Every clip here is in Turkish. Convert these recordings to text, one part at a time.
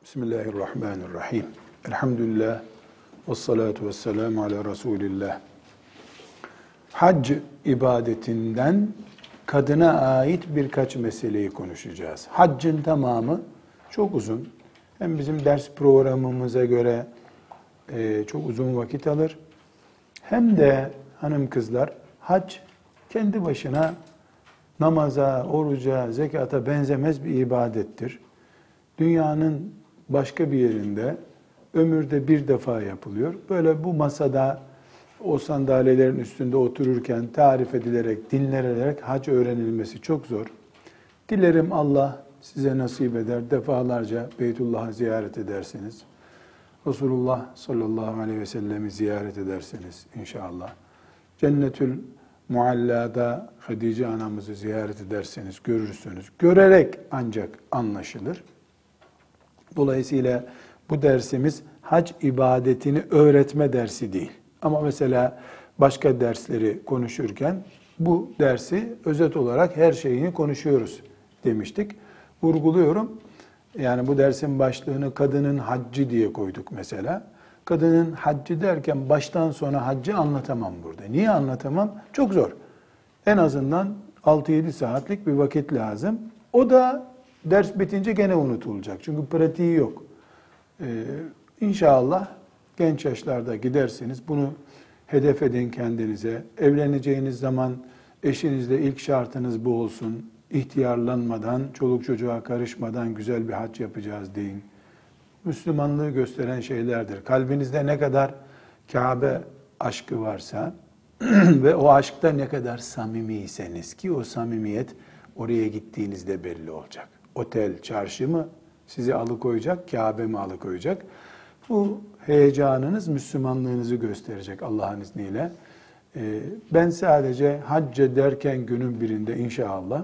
Bismillahirrahmanirrahim. Elhamdülillah ve salatu ve selamu ala Resulillah. Hac ibadetinden kadına ait birkaç meseleyi konuşacağız. Haccın tamamı çok uzun. Hem bizim ders programımıza göre çok uzun vakit alır. Hem de hanım kızlar, hac kendi başına namaza, oruca, zekata benzemez bir ibadettir. Dünyanın başka bir yerinde ömürde bir defa yapılıyor. Böyle bu masada o sandalyelerin üstünde otururken tarif edilerek, dinlenilerek hac öğrenilmesi çok zor. Dilerim Allah size nasip eder. Defalarca Beytullah'ı ziyaret edersiniz. Resulullah sallallahu aleyhi ve sellem'i ziyaret edersiniz inşallah. Cennetül Mualla'da Hatice anamızı ziyaret ederseniz görürsünüz. Görerek ancak anlaşılır. Dolayısıyla bu dersimiz hac ibadetini öğretme dersi değil. Ama mesela başka dersleri konuşurken bu dersi özet olarak her şeyini konuşuyoruz demiştik. Vurguluyorum. Yani bu dersin başlığını kadının haccı diye koyduk mesela. Kadının haccı derken baştan sona haccı anlatamam burada. Niye anlatamam? Çok zor. En azından 6-7 saatlik bir vakit lazım. O da ders bitince gene unutulacak. Çünkü pratiği yok. İnşallah genç yaşlarda gidersiniz. Bunu hedef edin kendinize. Evleneceğiniz zaman eşinizle ilk şartınız bu olsun. İhtiyarlanmadan, çoluk çocuğa karışmadan güzel bir hac yapacağız deyin. Müslümanlığı gösteren şeylerdir. Kalbinizde ne kadar Kabe aşkı varsa ve o aşkta ne kadar samimiyseniz ki o samimiyet oraya gittiğinizde belli olacak. Otel, çarşı mı sizi alıkoyacak, Kabe mi alıkoyacak? Bu heyecanınız Müslümanlığınızı gösterecek Allah'ın izniyle. Ben sadece hac ederken günün birinde inşallah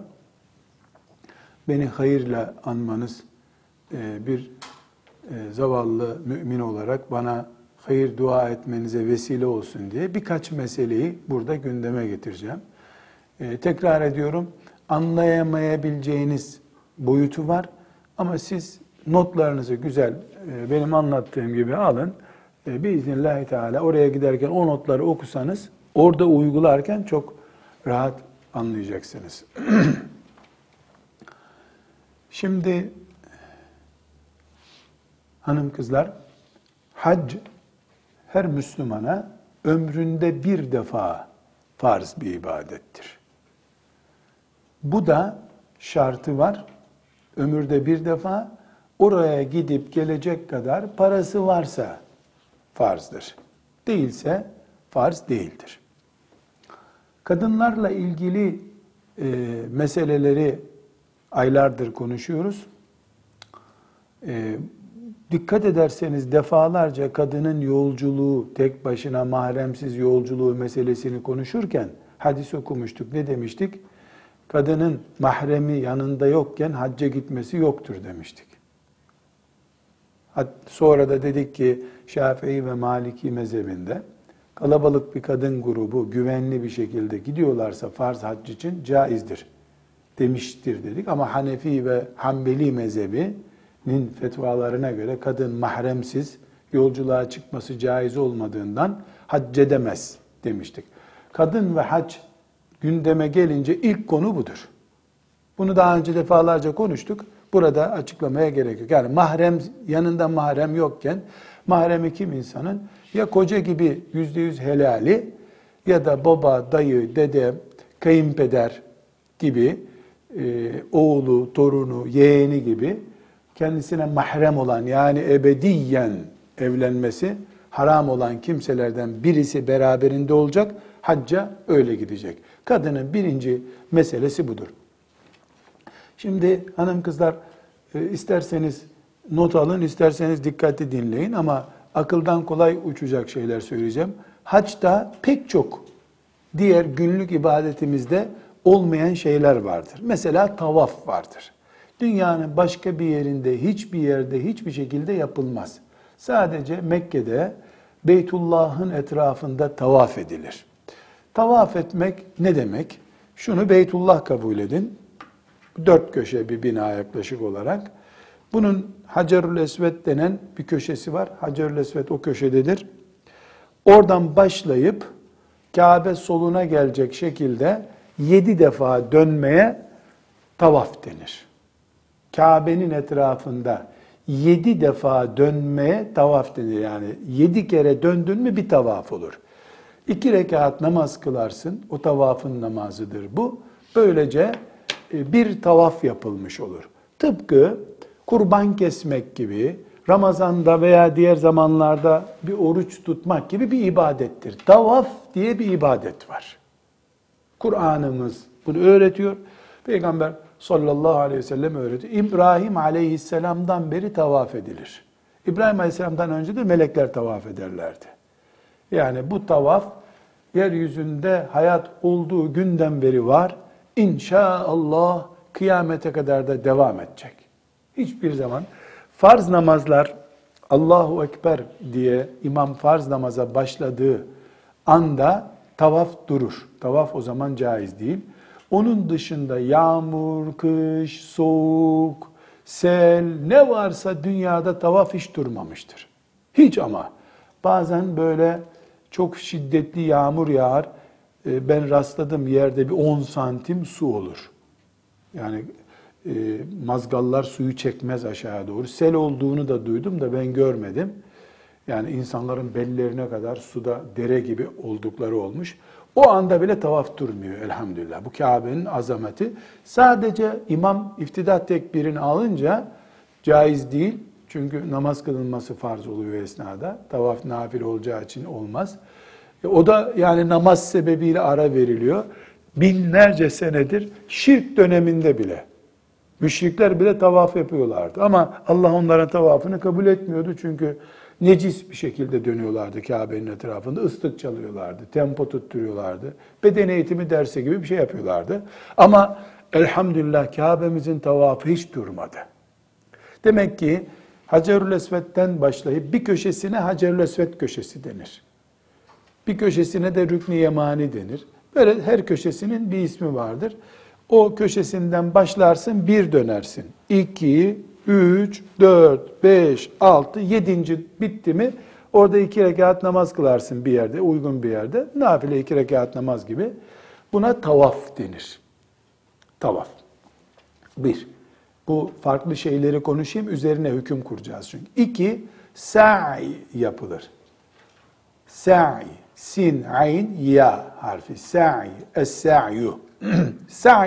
beni hayırla anmanız, bir zavallı mümin olarak bana hayır dua etmenize vesile olsun diye birkaç meseleyi burada gündeme getireceğim. Tekrar ediyorum, anlayamayabileceğiniz boyutu var ama siz notlarınızı güzel benim anlattığım gibi alın. Biiznillahü Teala oraya giderken o notları okusanız orada uygularken çok rahat anlayacaksınız. Şimdi hanım kızlar, hac her Müslümana ömründe bir defa farz bir ibadettir. Bu da şartı var. Ömürde bir defa oraya gidip gelecek kadar parası varsa farzdır. Değilse farz değildir. Kadınlarla ilgili meseleleri aylardır konuşuyoruz. Dikkat ederseniz defalarca kadının yolculuğu, tek başına mahremsiz yolculuğu meselesini konuşurken hadis okumuştuk. Ne demiştik? Kadının mahremi yanında yokken hacca gitmesi yoktur demiştik. Sonra da dedik ki Şafii ve Maliki mezhebinde kalabalık bir kadın grubu güvenli bir şekilde gidiyorlarsa farz hac için caizdir demiştir dedik. Ama Hanefi ve Hanbeli mezhebinin fetvalarına göre kadın mahremsiz yolculuğa çıkması caiz olmadığından hac edemez demiştik. Kadın ve hac gündeme gelince ilk konu budur. Bunu daha önce defalarca konuştuk. Burada açıklamaya gerek yok. Yani mahrem, yanında mahrem yokken mahremi kim insanın? Ya koca gibi %100 helali ya da baba, dayı, dede, kayınpeder gibi oğlu, torunu, yeğeni gibi kendisine mahrem olan yani ebediyen evlenmesi haram olan kimselerden birisi beraberinde olacak. Hacca öyle gidecek. Kadının birinci meselesi budur. Şimdi hanım kızlar isterseniz not alın, isterseniz dikkatli dinleyin ama akıldan kolay uçacak şeyler söyleyeceğim. Haçta pek çok diğer günlük ibadetimizde olmayan şeyler vardır. Mesela tavaf vardır. Dünyanın başka bir yerinde, hiçbir yerde, hiçbir şekilde yapılmaz. Sadece Mekke'de Beytullah'ın etrafında tavaf edilir. Tavaf etmek ne demek? Şunu Beytullah kabul edin. 4 köşe bir bina yaklaşık olarak. Bunun Hacerül Esved denen bir köşesi var. Hacerül Esved o köşededir. Oradan başlayıp Kabe soluna gelecek şekilde 7 defa dönmeye tavaf denir. Kabe'nin etrafında 7 defa dönmeye tavaf denir. Yani 7 kere döndün mü bir tavaf olur. 2 rekat namaz kılarsın. O tavafın namazıdır bu. Böylece bir tavaf yapılmış olur. Tıpkı kurban kesmek gibi, Ramazan'da veya diğer zamanlarda bir oruç tutmak gibi bir ibadettir. Tavaf diye bir ibadet var. Kur'an'ımız bunu öğretiyor. Peygamber sallallahu aleyhi ve sellem öğretiyor. İbrahim aleyhisselamdan beri tavaf edilir. İbrahim aleyhisselamdan önce de melekler tavaf ederlerdi. Yani bu tavaf yeryüzünde hayat olduğu günden beri var. İnşallah kıyamete kadar da devam edecek. Hiçbir zaman farz namazlar Allahu Ekber diye imam farz namaza başladığı anda tavaf durur. Tavaf o zaman caiz değil. Onun dışında yağmur, kış, soğuk, sel ne varsa dünyada tavaf hiç durmamıştır. Hiç ama. Bazen böyle çok şiddetli yağmur yağar. Ben rastladım yerde bir 10 santim su olur. Yani mazgallar suyu çekmez aşağı doğru. Sel olduğunu da duydum da ben görmedim. Yani insanların bellerine kadar suda dere gibi oldukları olmuş. O anda bile tavaf durmuyor elhamdülillah. Bu Kabe'nin azameti. Sadece imam iftida tekbirini alınca caiz değil. Çünkü namaz kılınması farz oluyor esnada. Tavaf nafile olacağı için olmaz. O da yani namaz sebebiyle ara veriliyor. Binlerce senedir şirk döneminde bile. Müşrikler bile tavaf yapıyorlardı. Ama Allah onların tavafını kabul etmiyordu. Çünkü necis bir şekilde dönüyorlardı Kabe'nin etrafında. Islık çalıyorlardı, tempo tutturuyorlardı. Beden eğitimi dersi gibi bir şey yapıyorlardı. Ama elhamdülillah Kabe'mizin tavafı hiç durmadı. Demek ki Hacerül Esved'den başlayıp bir köşesine Hacerül Esved köşesi denir. Bir köşesine de Rükn-i Yemani denir. Böyle her köşesinin bir ismi vardır. O köşesinden başlarsın, bir dönersin. 2, 3, 4, 5, 6, 7. bitti mi orada 2 rekat namaz kılarsın bir yerde, uygun bir yerde. Nafile 2 rekat namaz gibi. Buna tavaf denir. Tavaf. 1. Bu farklı şeyleri konuşayım, üzerine hüküm kuracağız çünkü. 2. Sa'i yapılır. Sa'i. Sin, ayn, ya harfi. Sa'i. Es-sa'yu. Sa'i.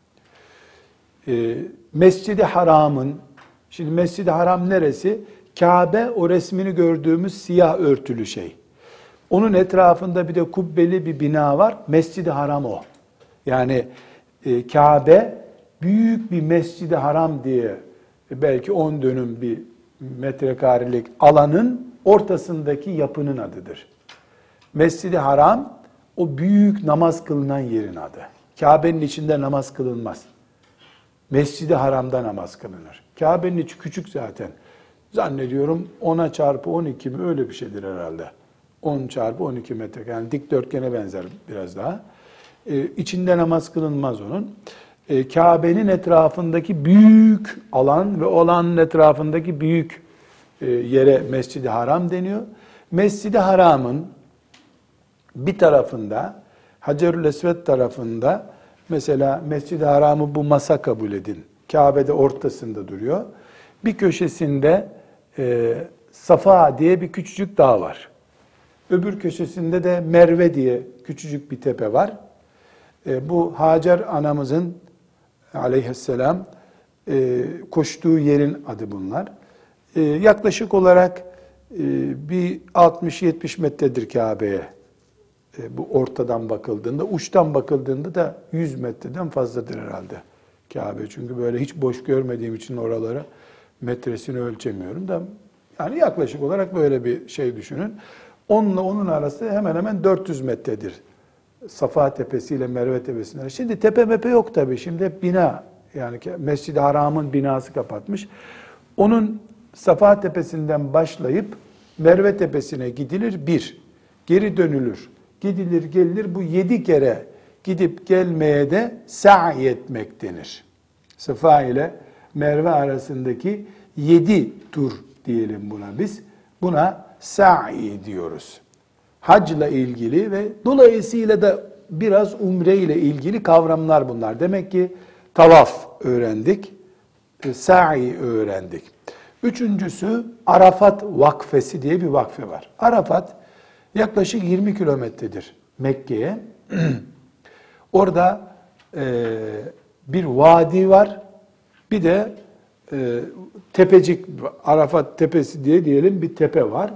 Mescid-i Haram'ın, şimdi Mescid-i Haram neresi? Kabe, o resmini gördüğümüz siyah örtülü şey. Onun etrafında bir de kubbeli bir bina var. Mescid-i Haram o. Yani Kabe büyük bir Mescid-i Haram diye belki 10 dönüm bir metrekarelik alanın ortasındaki yapının adıdır. Mescid-i Haram o büyük namaz kılınan yerin adı. Kabe'nin içinde namaz kılınmaz. Mescid-i Haram'da namaz kılınır. Kabe'nin içi küçük zaten. Zannediyorum 10'a çarpı 12 mi öyle bir şeydir herhalde. 10 çarpı 12 metre. Yani dikdörtgene benzer biraz daha. İçinde namaz kılınmaz onun. Kabe'nin etrafındaki büyük alan ve o alanın etrafındaki büyük yere Mescid-i Haram deniyor. Mescid-i Haram'ın bir tarafında, Hacerül Esved tarafında, mesela Mescid-i Haram'ı bu masa kabul edin. Kabe'de ortasında duruyor. Bir köşesinde Safa diye bir küçücük dağ var. Öbür köşesinde de Merve diye küçücük bir tepe var. Bu Hacer anamızın aleyhisselam koştuğu yerin adı bunlar. Yaklaşık olarak bir 60-70 metredir Kabe'ye. Bu ortadan bakıldığında, uçtan bakıldığında da 100 metreden fazladır herhalde Kabe. Çünkü böyle hiç boş görmediğim için oraları metresini ölçemiyorum da yani yaklaşık olarak böyle bir şey düşünün. Onunla onun arası hemen hemen 400 metredir. Safa Tepesi ile Merve Tepesi'nin. Şimdi tepe mepe yok tabii. Şimdi hep bina. Yani Mescid-i Haram'ın binası kapatmış. Onun Safa Tepesi'nden başlayıp Merve Tepesi'ne gidilir bir. Geri dönülür. Gidilir gelir bu 7 kere gidip gelmeye de sa'i etmek denir. Safa ile Merve arasındaki 7 tur diyelim buna biz. Buna sa'i diyoruz. Hacla ilgili ve dolayısıyla da biraz umre ile ilgili kavramlar bunlar. Demek ki tavaf öğrendik, sa'i öğrendik. Üçüncüsü Arafat Vakfesi diye bir vakfe var. Arafat yaklaşık 20 kilometredir Mekke'ye. Orada bir vadi var, bir de tepecik, Arafat Tepesi diye diyelim bir tepe var.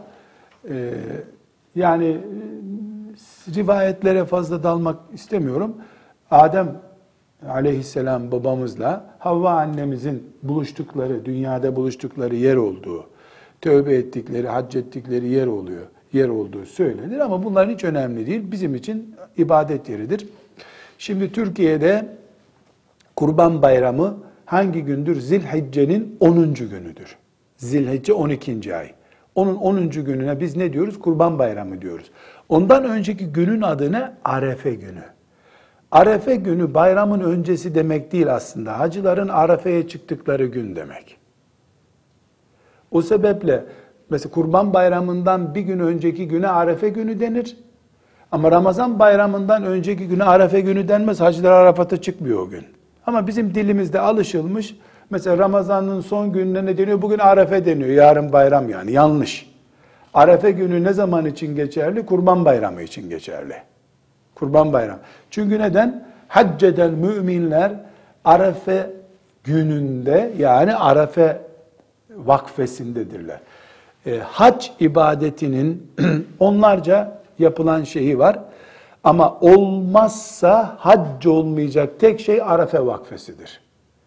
Yani rivayetlere fazla dalmak istemiyorum. Adem aleyhisselam babamızla Havva annemizin buluştukları, dünyada buluştukları yer olduğu, tövbe ettikleri, hac ettikleri yer olduğu söylenir ama bunlar hiç önemli değil. Bizim için ibadet yeridir. Şimdi Türkiye'de Kurban Bayramı hangi gündür? Zilhicce'nin 10. günüdür. Zilhicce 12. ay. Onun 10. gününe biz ne diyoruz? Kurban Bayramı diyoruz. Ondan önceki günün adı ne? Arefe günü. Arefe günü bayramın öncesi demek değil aslında. Hacıların Arefe'ye çıktıkları gün demek. O sebeple mesela Kurban Bayramı'ndan bir gün önceki güne Arefe günü denir. Ama Ramazan Bayramı'ndan önceki güne Arefe günü denmez. Hacılar Arafat'a çıkmıyor o gün. Ama bizim dilimizde alışılmış. Mesela Ramazan'ın son gününe ne deniyor? Bugün Arefe deniyor. Yarın bayram yani. Yanlış. Arefe günü ne zaman için geçerli? Kurban Bayramı için geçerli. Kurban Bayramı. Çünkü neden? Hacceden müminler Arefe gününde yani Arefe vakfesindedirler. Hac ibadetinin onlarca yapılan şeyi var. Ama olmazsa hac olmayacak tek şey Arefe vakfesidir.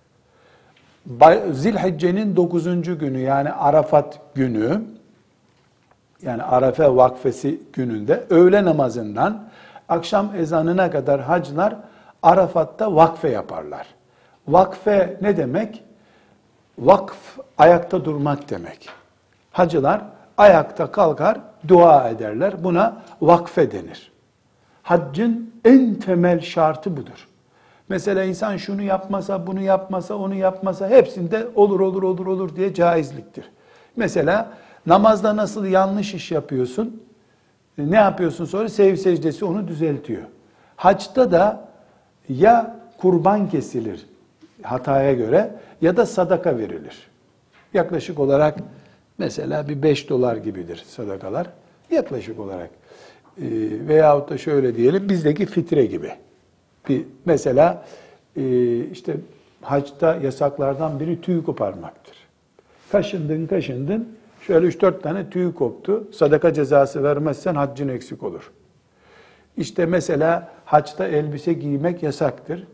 Zilhicce'nin 9. günü yani Arafat günü, yani Arefe vakfesi gününde öğle namazından akşam ezanına kadar hacılar Arafat'ta vakfe yaparlar. Vakfe ne demek? Vakf ayakta durmak demek. Hacılar ayakta kalkar, dua ederler. Buna vakfe denir. Haccın en temel şartı budur. Mesela insan şunu yapmasa, bunu yapmasa, onu yapmasa hepsinde olur diye caizliktir. Mesela namazda nasıl yanlış iş yapıyorsun? Ne yapıyorsun sonra? Sev secdesi onu düzeltiyor. Haçta da ya kurban kesilir hataya göre ya da sadaka verilir. Yaklaşık olarak mesela bir $5 gibidir sadakalar. Yaklaşık olarak. Veyahut da şöyle diyelim bizdeki fitre gibi. Mesela işte haçta yasaklardan biri tüy koparmaktır. Kaşındın şöyle 3-4 tane tüy koptu. Sadaka cezası vermezsen haccın eksik olur. İşte mesela haçta elbise giymek yasaktır.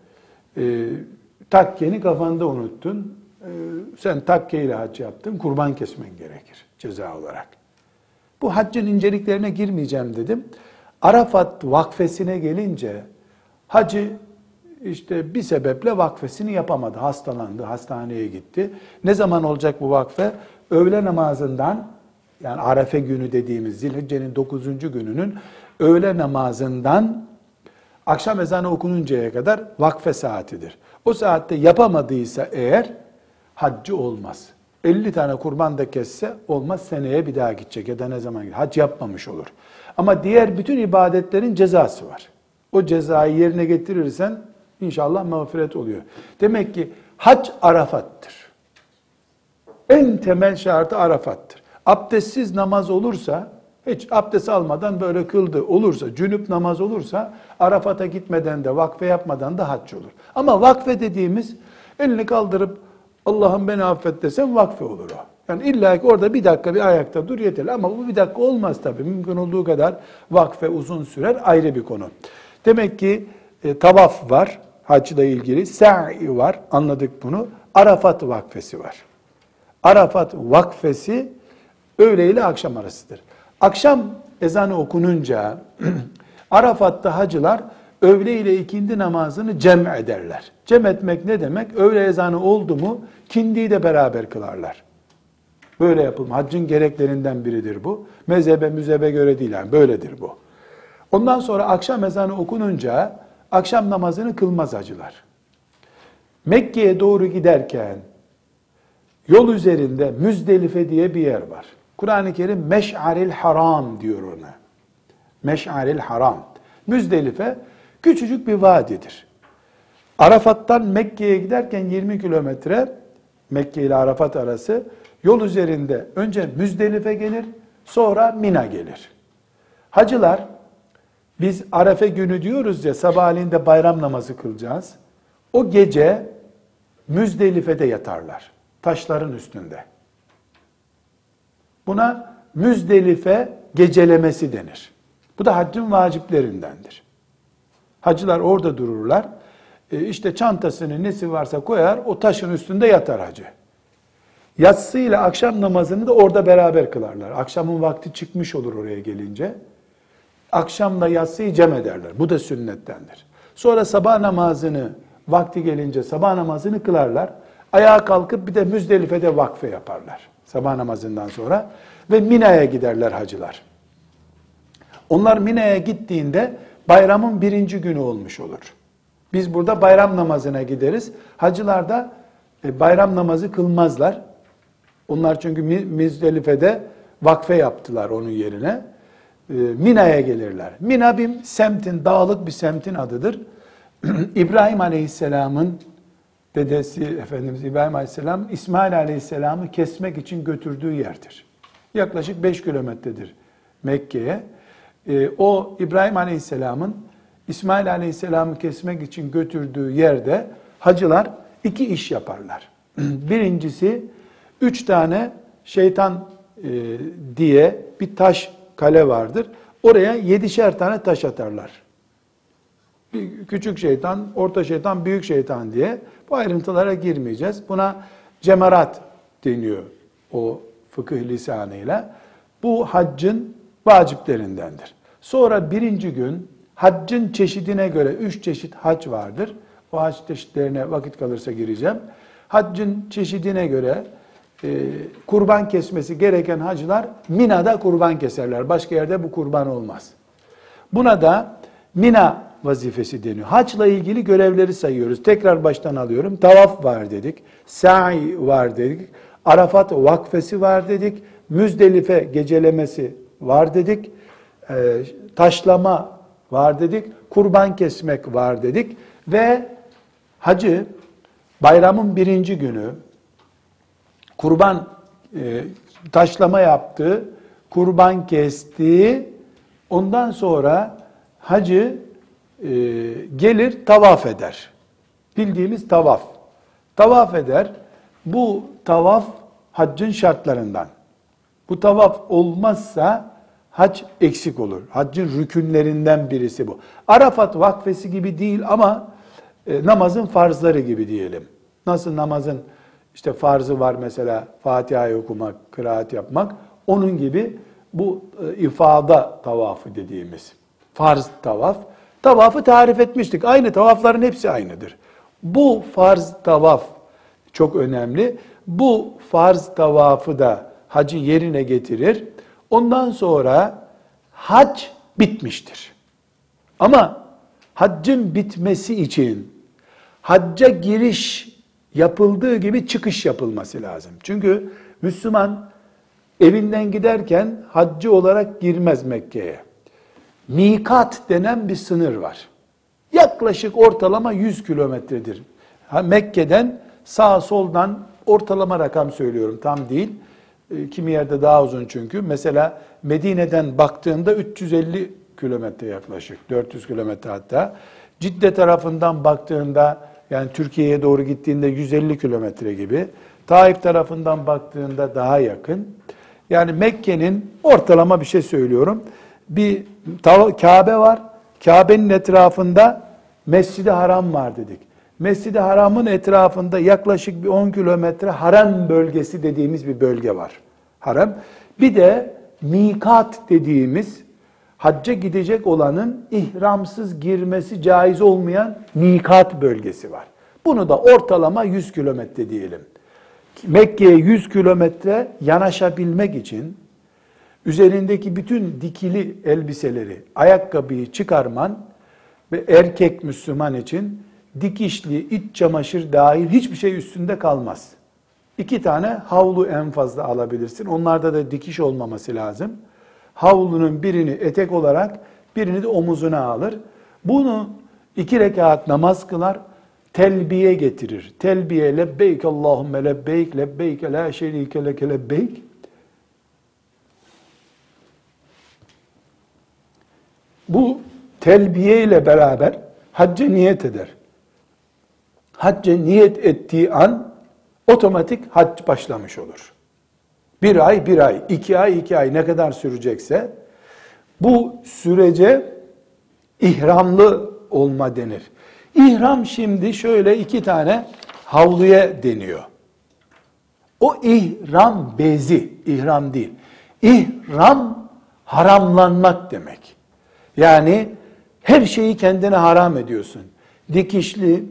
Takkeni kafanda unuttun. Sen takkeyle hac yaptın. Kurban kesmen gerekir ceza olarak. Bu haccın inceliklerine girmeyeceğim dedim. Arafat vakfesine gelince hacı işte bir sebeple vakfesini yapamadı. Hastalandı, hastaneye gitti. Ne zaman olacak bu vakfe? Öğle namazından yani Arefe günü dediğimiz Zilhicce'nin 9. gününün öğle namazından akşam ezanı okununcaya kadar vakfe saatidir. O saatte yapamadıysa eğer haccı olmaz. 50 tane kurban da kesse olmaz, seneye bir daha gidecek ya da ne zaman gidecek. Hac yapmamış olur. Ama diğer bütün ibadetlerin cezası var. O cezayı yerine getirirsen inşallah mağfiret oluyor. Demek ki hac Arafat'tır. En temel şartı Arafat'tır. Abdestsiz namaz olursa, hiç abdest almadan böyle kıldı olursa, cünüp namaz olursa Arafat'a gitmeden de vakfe yapmadan da hac olur. Ama vakfe dediğimiz elini kaldırıp Allah'ım beni affet desem vakfe olur o. Yani illa ki orada bir dakika bir ayakta dur yeterli ama bu bir dakika olmaz tabii. Mümkün olduğu kadar vakfe uzun sürer ayrı bir konu. Demek ki tavaf var hacla ilgili, sa'i var anladık bunu. Arafat vakfesi var. Arafat vakfesi öğle ile akşam arasıdır. Akşam ezanı okununca Arafat'ta hacılar öğle ile ikindi namazını cem ederler. Cem etmek ne demek? Öğle ezanı oldu mu kindiyi de beraber kılarlar. Böyle yapılma. Haccın gereklerinden biridir bu. Mezhebe göre değil yani böyledir bu. Ondan sonra akşam ezanı okununca akşam namazını kılmaz hacılar. Mekke'ye doğru giderken Yol üzerinde Müzdelife diye bir yer var. Kur'an-ı Kerim Meş'aril Haram diyor ona. Meş'aril Haram. Müzdelife küçücük bir vadidir. Arafat'tan Mekke'ye giderken 20 kilometre, Mekke ile Arafat arası, yol üzerinde önce Müzdelife gelir, sonra Mina gelir. Hacılar, biz Arefe günü diyoruz ya, sabahleyin de bayram namazı kılacağız. O gece Müzdelife'de yatarlar. Taşların üstünde. Buna Müzdelife gecelemesi denir. Bu da haccın vaciplerindendir. Hacılar orada dururlar. İşte çantasını nesi varsa koyar, o taşın üstünde yatar hacı. Yatsı ile akşam namazını da orada beraber kılarlar. Akşamın vakti çıkmış olur oraya gelince. Akşamla yatsıyı cem ederler. Bu da sünnettendir. Sonra sabah namazını, vakti gelince sabah namazını kılarlar. Ayağa kalkıp bir de Müzdelife'de vakfe yaparlar. Sabah namazından sonra. Ve Mina'ya giderler hacılar. Onlar Mina'ya gittiğinde bayramın 1. günü olmuş olur. Biz burada bayram namazına gideriz. Hacılar da bayram namazı kılmazlar. Onlar çünkü Müzdelife'de vakfe yaptılar onun yerine. Mina'ya gelirler. Mina bir semtin, dağlık bir semtin adıdır. İbrahim Aleyhisselam'ın dedesi Efendimiz İbrahim Aleyhisselam, İsmail Aleyhisselam'ı kesmek için götürdüğü yerdir. Yaklaşık 5 kilometredir Mekke'ye. O İbrahim Aleyhisselam'ın İsmail Aleyhisselam'ı kesmek için götürdüğü yerde hacılar 2 iş yaparlar. Birincisi 3 tane şeytan diye bir taş kale vardır. Oraya 7'şer tane taş atarlar. Bir küçük şeytan, orta şeytan, büyük şeytan diye. Bu ayrıntılara girmeyeceğiz. Buna cemarat deniyor o fıkıh lisanıyla. Bu haccın vaciplerindendir. Sonra 1. gün haccın çeşidine göre 3 çeşit hac vardır. O hac çeşitlerine vakit kalırsa gireceğim. Haccın çeşidine göre kurban kesmesi gereken hacılar Mina'da kurban keserler. Başka yerde bu kurban olmaz. Buna da Mina vazifesi deniyor. Haçla ilgili görevleri sayıyoruz. Tekrar baştan alıyorum. Tavaf var dedik. Sa'i var dedik. Arafat vakfesi var dedik. Müzdelife gecelemesi var dedik. Taşlama var dedik. Kurban kesmek var dedik. Ve hacı bayramın 1. günü kurban taşlama yaptı, kurban kesti. Ondan sonra hacı gelir tavaf eder. Bildiğimiz tavaf. Tavaf eder. Bu tavaf haccın şartlarından. Bu tavaf olmazsa hac eksik olur. Haccın rükünlerinden birisi bu. Arafat vakfesi gibi değil ama namazın farzları gibi diyelim. Nasıl namazın işte farzı var mesela Fatiha'yı okumak, kıraat yapmak. Onun gibi bu ifada tavafı dediğimiz farz tavaf. Tavafı tarif etmiştik. Aynı tavafların hepsi aynıdır. Bu farz tavaf çok önemli. Bu farz tavafı da hacı yerine getirir. Ondan sonra hac bitmiştir. Ama haccın bitmesi için hacca giriş yapıldığı gibi çıkış yapılması lazım. Çünkü Müslüman evinden giderken haccı olarak girmez Mekke'ye. Mikat denen bir sınır var. Yaklaşık ortalama 100 kilometredir. Mekke'den sağ soldan ortalama rakam söylüyorum, tam değil. Kimi yerde daha uzun çünkü. Mesela Medine'den baktığında 350 kilometre yaklaşık, 400 kilometre hatta. Cidde tarafından baktığında, yani Türkiye'ye doğru gittiğinde 150 kilometre gibi. Taif tarafından baktığında daha yakın. Yani Mekke'nin ortalama bir şey söylüyorum. Bir Kabe var. Kabe'nin etrafında Mescid-i Haram var dedik. Mescid-i Haram'ın etrafında yaklaşık bir 10 kilometre harem bölgesi dediğimiz bir bölge var. Harem. Bir de mikat dediğimiz hacca gidecek olanın ihramsız girmesi caiz olmayan mikat bölgesi var. Bunu da ortalama 100 kilometre diyelim. Mekke'ye 100 kilometre yanaşabilmek için üzerindeki bütün dikili elbiseleri, ayakkabıyı çıkarman ve erkek Müslüman için dikişli, iç çamaşır dahil hiçbir şey üstünde kalmaz. 2 tane havlu en fazla alabilirsin. Onlarda da dikiş olmaması lazım. Havlunun birini etek olarak, birini de omuzuna alır. Bunu 2 rekat namaz kılar, telbiye getirir. Telbiye, lebbeyk Allahümme lebbeyk, lebbeyk la şerike leke lebbeyk. Bu telbiye ile beraber hacca niyet eder. Hacca niyet ettiği an otomatik hac başlamış olur. 1 ay, 1 ay, 2 ay, 2 ay ne kadar sürecekse bu sürece ihramlı olma denir. İhram şimdi şöyle 2 tane havluya deniyor. O ihram bezi, ihram değil. İhram haramlanmak demek. Yani her şeyi kendine haram ediyorsun. Dikişli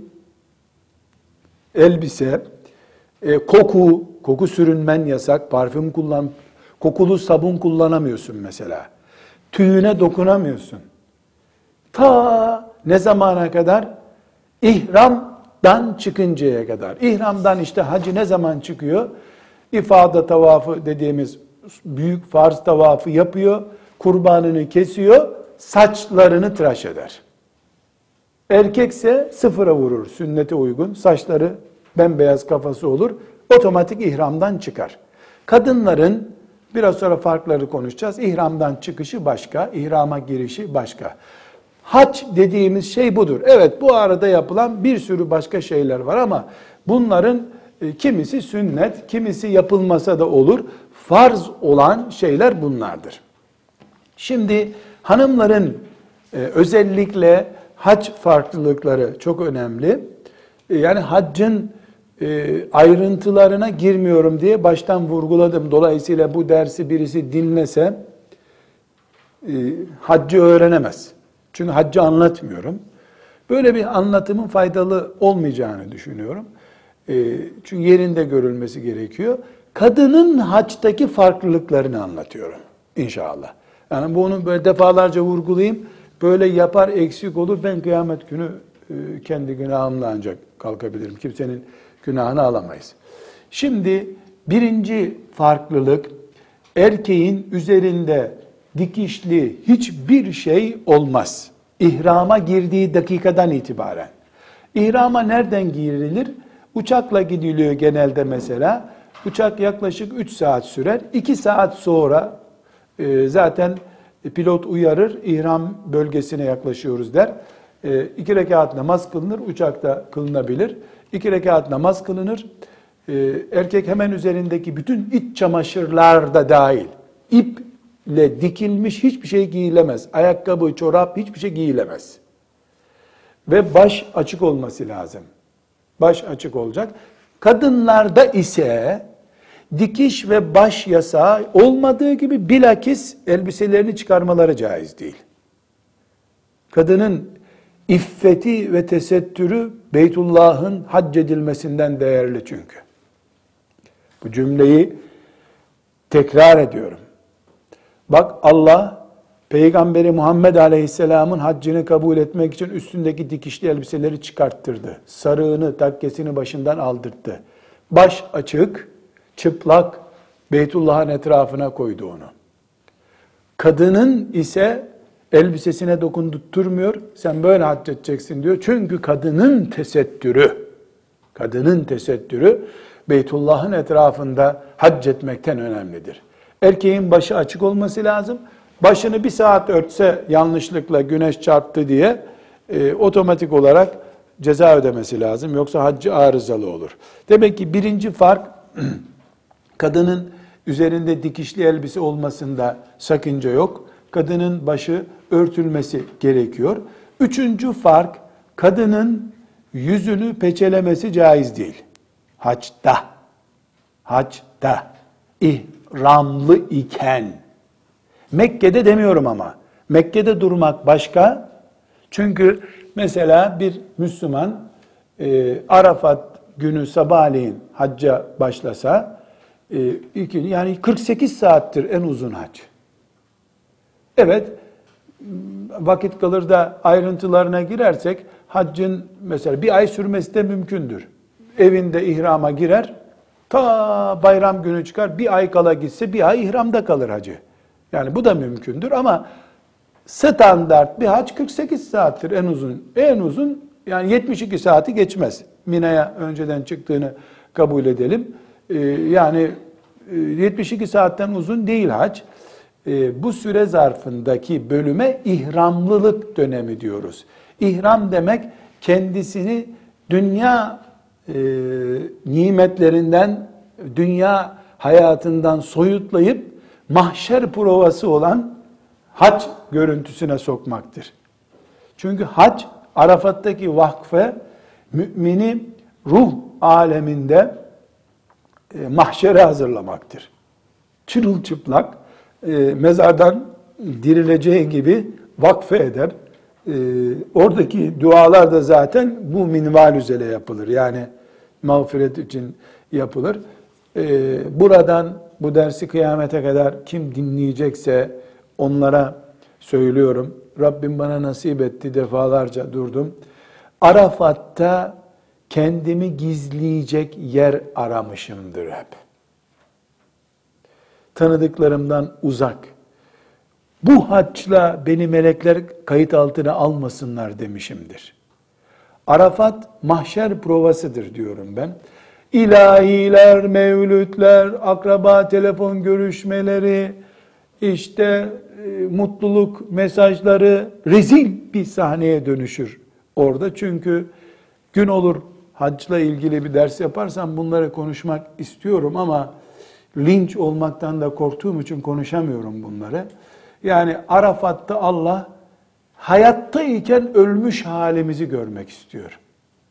elbise, koku sürünmen yasak, parfüm kokulu sabun kullanamıyorsun mesela. Tüyüne dokunamıyorsun. Ta ne zamana kadar? İhramdan çıkıncaya kadar. İhramdan işte hacı ne zaman çıkıyor? İfade tavafı dediğimiz büyük farz tavafı yapıyor, kurbanını kesiyor, saçlarını tıraş eder. Erkekse 0'a vurur, sünnete uygun. Saçları bembeyaz kafası olur. Otomatik ihramdan çıkar. Kadınların, biraz sonra farkları konuşacağız. İhramdan çıkışı başka, ihrama girişi başka. Hac dediğimiz şey budur. Evet, bu arada yapılan bir sürü başka şeyler var ama bunların kimisi sünnet, kimisi yapılmasa da olur. Farz olan şeyler bunlardır. Şimdi hanımların özellikle hac farklılıkları çok önemli. Yani haccın ayrıntılarına girmiyorum diye baştan vurguladım. Dolayısıyla bu dersi birisi dinlese haccı öğrenemez. Çünkü haccı anlatmıyorum. Böyle bir anlatımın faydalı olmayacağını düşünüyorum. Çünkü yerinde görülmesi gerekiyor. Kadının haçtaki farklılıklarını anlatıyorum inşallah. Yani bunu böyle defalarca vurgulayayım. Böyle yapar eksik olur. Ben kıyamet günü kendi günahımla ancak kalkabilirim. Kimsenin günahını alamayız. Şimdi birinci farklılık, erkeğin üzerinde dikişli hiçbir şey olmaz. İhrama girdiği dakikadan itibaren. İhrama nereden girilir? Uçakla gidiliyor genelde mesela. Uçak yaklaşık 3 saat sürer. 2 saat sonra zaten pilot uyarır, ihram bölgesine yaklaşıyoruz der. 2 rekat namaz kılınır, uçakta kılınabilir. 2 rekat namaz kılınır. Erkek hemen üzerindeki bütün iç çamaşırlar da dahil. İple dikilmiş hiçbir şey giyilemez. Ayakkabı, çorap hiçbir şey giyilemez. Ve baş açık olması lazım. Baş açık olacak. Kadınlarda ise dikiş ve baş yasağı olmadığı gibi bilakis elbiselerini çıkarmaları caiz değil. Kadının iffeti ve tesettürü Beytullah'ın hac edilmesinden değerli çünkü. Bu cümleyi tekrar ediyorum. Bak Allah Peygamberi Muhammed Aleyhisselam'ın haccını kabul etmek için üstündeki dikişli elbiseleri çıkarttırdı. Sarığını, takkesini başından aldırttı. Baş açık, çıplak Beytullah'ın etrafına koydu onu. Kadının ise elbisesine dokundurtmuyor. Sen böyle hac edeceksin diyor. Çünkü kadının tesettürü Beytullah'ın etrafında hac etmekten önemlidir. Erkeğin başı açık olması lazım. Başını 1 saat örtse yanlışlıkla güneş çarptı diye otomatik olarak ceza ödemesi lazım. Yoksa haccı arızalı olur. Demek ki birinci fark kadının üzerinde dikişli elbise olmasında sakınca yok. Kadının başı örtülmesi gerekiyor. Üçüncü fark, kadının yüzünü peçelemesi caiz değil. Haçta, ihramlı iken. Mekke'de demiyorum ama. Mekke'de durmak başka. Çünkü mesela bir Müslüman Arafat günü sabahleyin hacca başlasa, yani 48 saattir en uzun hac. Evet, vakit kalır da ayrıntılarına girersek, haccın mesela 1 ay sürmesi de mümkündür. Evinde ihrama girer, Ta bayram günü çıkar, bir ay kala gitse bir ay ihramda kalır hacı. Yani bu da mümkündür ama standart bir hac 48 saattir en uzun. En uzun yani 72 saati geçmez. Mina'ya önceden çıktığını kabul edelim. Yani 72 saatten uzun değil hac. Bu süre zarfındaki bölüme ihramlılık dönemi diyoruz. İhram demek kendisini dünya nimetlerinden, dünya hayatından soyutlayıp mahşer provası olan hac görüntüsüne sokmaktır. Çünkü hac, Arafat'taki vakfe, mümini ruh aleminde mahşere hazırlamaktır. Çırılçıplak, mezardan dirileceği gibi vakfe eder. Oradaki dualar da zaten bu minval üzere yapılır. Yani mağfiret için yapılır. Buradan bu dersi kıyamete kadar kim dinleyecekse onlara söylüyorum. Rabbim bana nasip etti, defalarca durdum. Arafat'ta kendimi gizleyecek yer aramışımdır hep. Tanıdıklarımdan uzak. Bu haçla beni melekler kayıt altına almasınlar demişimdir. Arafat mahşer provasıdır diyorum ben. İlahiler, mevlütler, akraba telefon görüşmeleri, işte mutluluk mesajları rezil bir sahneye dönüşür orada. Çünkü gün olur hacla ilgili bir ders yaparsam bunları konuşmak istiyorum ama linç olmaktan da korktuğum için konuşamıyorum bunları. Yani Arafat'ta Allah hayattayken ölmüş halimizi görmek istiyor.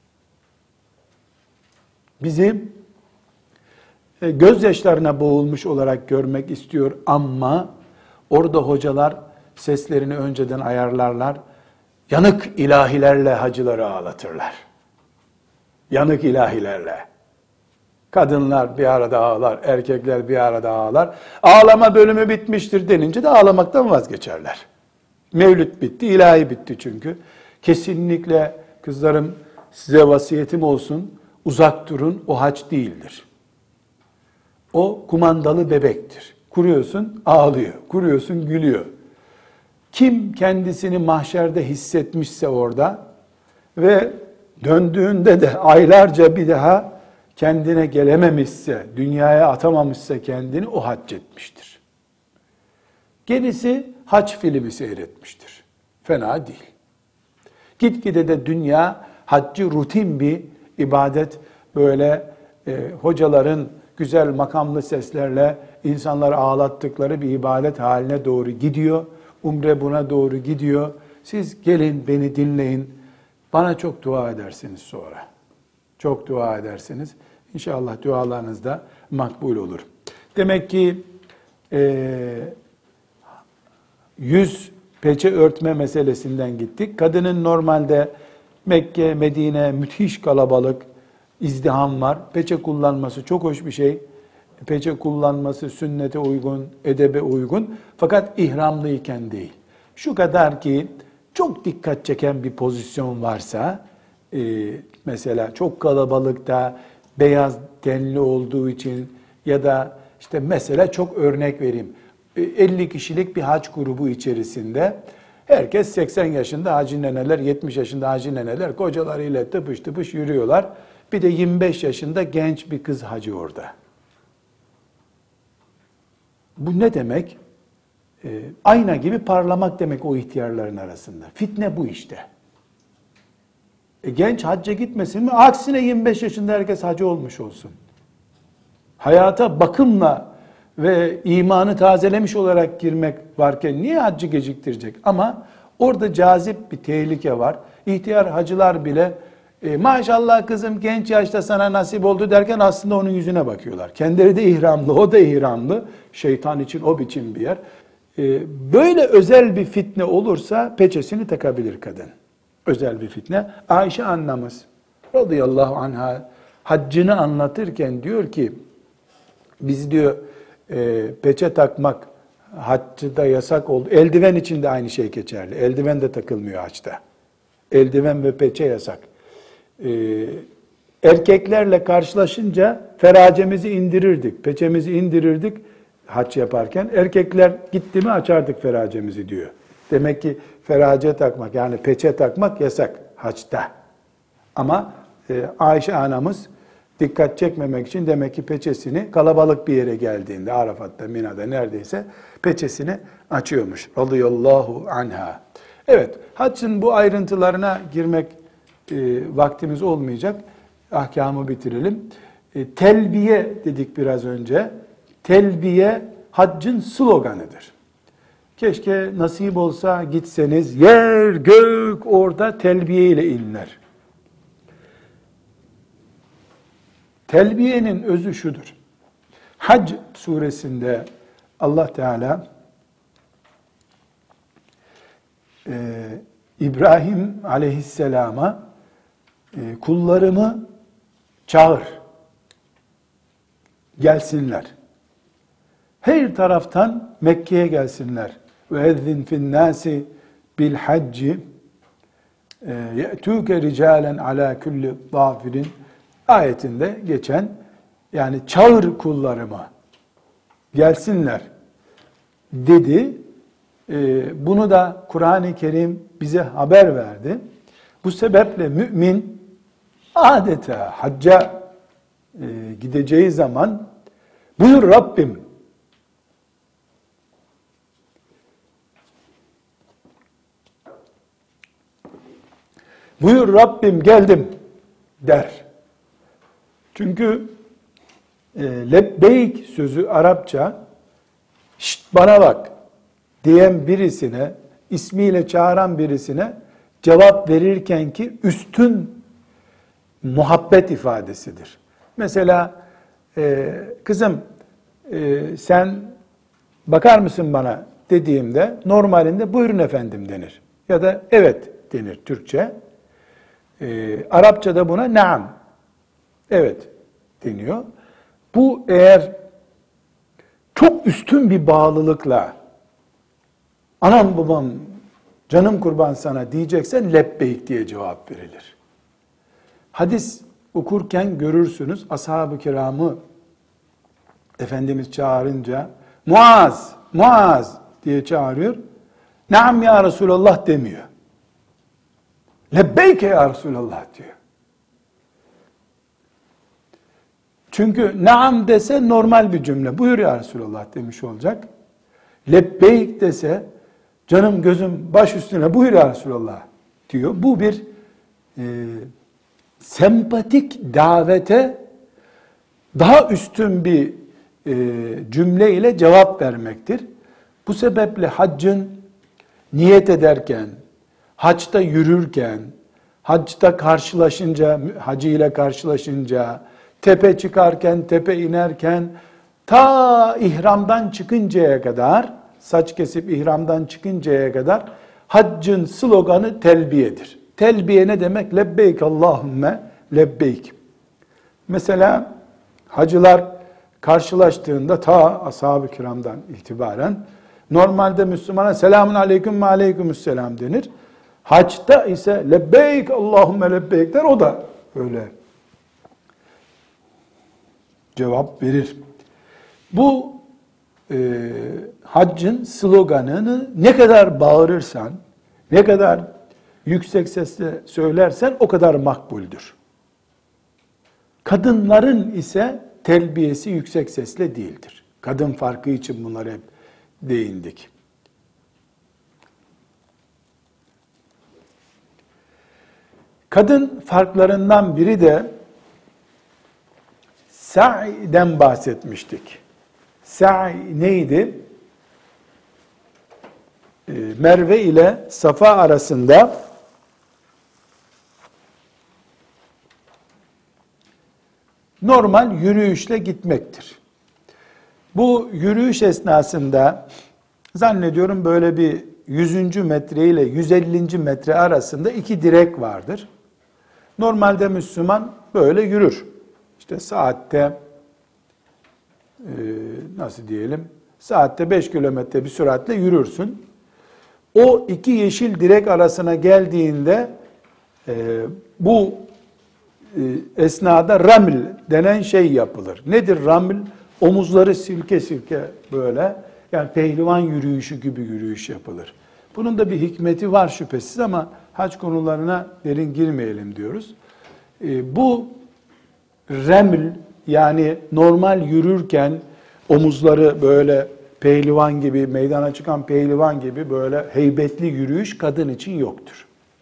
Bizi gözyaşlarına boğulmuş olarak görmek istiyor ama orada hocalar seslerini önceden ayarlarlar. Yanık ilahilerle hacıları ağlatırlar. Yanık ilahilerle. Kadınlar bir arada ağlar, erkekler bir arada ağlar. Ağlama bölümü bitmiştir denince de ağlamaktan vazgeçerler. Mevlüt bitti, ilahi bitti çünkü. Kesinlikle kızlarım size vasiyetim olsun, uzak durun, o hac değildir. O kumandalı bebektir. Kuruyorsun ağlıyor, kuruyorsun gülüyor. Kim kendisini mahşerde hissetmişse orada ve döndüğünde de aylarca bir daha kendine gelememişse, dünyaya atamamışsa kendini o hac etmiştir. Gerisi hac filmi seyretmiştir. Fena değil. Gitgide de dünya haccı rutin bir ibadet, böyle hocaların güzel makamlı seslerle insanları ağlattıkları bir ibadet haline doğru gidiyor. Umre buna doğru gidiyor. Siz gelin beni dinleyin. Bana çok dua edersiniz sonra. Çok dua edersiniz. İnşallah dualarınız da makbul olur. Demek ki yüz peçe örtme meselesinden gittik. Kadının normalde Mekke, Medine müthiş kalabalık, izdiham var. Peçe kullanması çok hoş bir şey. Peçe kullanması sünnete uygun, edebe uygun. Fakat ihramlıyken değil. Şu kadar ki çok dikkat çeken bir pozisyon varsa, mesela çok kalabalıkta beyaz tenli olduğu için ya da işte mesela çok örnek vereyim. 50 kişilik bir hac grubu içerisinde herkes 80 yaşında hacı neneler, 70 yaşında hacı neneler kocalarıyla tıpış tıpış yürüyorlar. Bir de 25 yaşında genç bir kız hacı orada. Bu ne demek? Ayna gibi parlamak demek o ihtiyarların arasında. Fitne bu işte. Genç hacca gitmesin mi? Aksine 25 yaşında herkes hacı olmuş olsun. Hayata bakımla ve imanı tazelemiş olarak girmek varken niye haccı geciktirecek? Ama orada cazip bir tehlike var. İhtiyar hacılar bile maşallah kızım genç yaşta sana nasip oldu derken aslında onun yüzüne bakıyorlar. Kendileri de ihramlı, o da ihramlı. Şeytan için o biçim bir yer. Böyle özel bir fitne olursa peçesini takabilir kadın. Özel bir fitne. Ayşe annemiz radıyallahu anha haccını anlatırken diyor ki biz diyor peçe takmak haccıda yasak oldu. Eldiven için de aynı şey geçerli. Eldiven de takılmıyor haçta. Eldiven ve peçe yasak. Erkeklerle karşılaşınca feracemizi indirirdik, peçemizi indirirdik hac yaparken. Erkekler gitti mi açardık feracemizi diyor. Demek ki ferace takmak yani peçe takmak yasak haçta. Ama Ayşe anamız dikkat çekmemek için demek ki peçesini kalabalık bir yere geldiğinde Arafat'ta, Mina'da neredeyse peçesini açıyormuş. Radıyallahu anha. Evet, haccın bu ayrıntılarına girmek vaktimiz olmayacak. Ahkamı bitirelim. Telbiye dedik biraz önce. Telbiye haccın sloganıdır. Keşke nasip olsa gitseniz yer gök orada telbiye ile inler. Telbiyenin özü şudur. Hac suresinde Allah Teala İbrahim aleyhisselama kullarımı çağır, gelsinler. Her taraftan Mekke'ye gelsinler. Ve ezzin fin nasi bil hacci ye'tuke ricalen ala kulli zafirin ayetinde geçen yani çağır kullarımı gelsinler dedi. Bunu da Kur'an-ı Kerim bize haber verdi. Bu sebeple mümin adeta hacca gideceği zaman buyur Rabbim, buyur Rabbim geldim der. Çünkü lebbeyk sözü Arapça şşt bana bak diyen birisine, ismiyle çağıran birisine cevap verirken ki üstün muhabbet ifadesidir. Mesela kızım sen bakar mısın bana dediğimde normalinde buyurun efendim denir. Ya da evet denir Türkçe. Arapçada buna naam, evet deniyor. Bu eğer çok üstün bir bağlılıkla anam babam canım kurban sana diyeceksen lebbeyk diye cevap verilir. Hadis okurken görürsünüz ashab-ı kiramı Efendimiz çağırınca Muaz, Muaz diye çağırıyor. Naam ya Resulallah demiyor. Lebbeyke ya Resulallah diyor. Çünkü naam dese normal bir cümle. Buyur ya Resulallah demiş olacak. Lebbeyk dese canım gözüm baş üstüne buyur ya Resulallah diyor. Bu bir sempatik davete daha üstün bir cümle ile cevap vermektir. Bu sebeple haccın niyet ederken, haçta yürürken, haçta karşılaşınca, hacı ile karşılaşınca, tepe çıkarken, tepe inerken, ta ihramdan çıkıncaya kadar, saç kesip ihramdan çıkıncaya kadar haccın sloganı telbiyedir. Telbiye ne demek? Lebbeyk Allahümme lebbeyk. Mesela hacılar karşılaştığında ta ashab-ı kiramdan itibaren normalde Müslümana selamun aleyküm ve aleykümüsselam denir. Haçta ise lebbeyk Allahümme lebbeyk der. O da öyle cevap verir. Bu haccın sloganını ne kadar bağırırsan, ne kadar yüksek sesle söylersen o kadar makbuldür. Kadınların ise telbiyesi yüksek sesle değildir. Kadın farkı için bunları hep değindik. Kadın farklarından biri de sa'iden bahsetmiştik. Sa'i neydi? Merve ile Safa arasında normal yürüyüşle gitmektir. Bu yürüyüş esnasında zannediyorum böyle bir 100. metre ile 150. metre arasında 2 direk vardır. Normalde Müslüman böyle yürür. İşte saatte nasıl diyelim? Saatte 5 kilometre bir süratle yürürsün. O 2 yeşil direk arasına geldiğinde bu esnada raml denen şey yapılır. Nedir raml? Omuzları silke silke böyle, yani pehlivan yürüyüşü gibi yürüyüş yapılır. Bunun da bir hikmeti var şüphesiz ama hac konularına derin girmeyelim diyoruz. Bu reml, yani normal yürürken omuzları böyle pehlivan gibi, meydana çıkan pehlivan gibi böyle heybetli yürüyüş kadın için yoktur.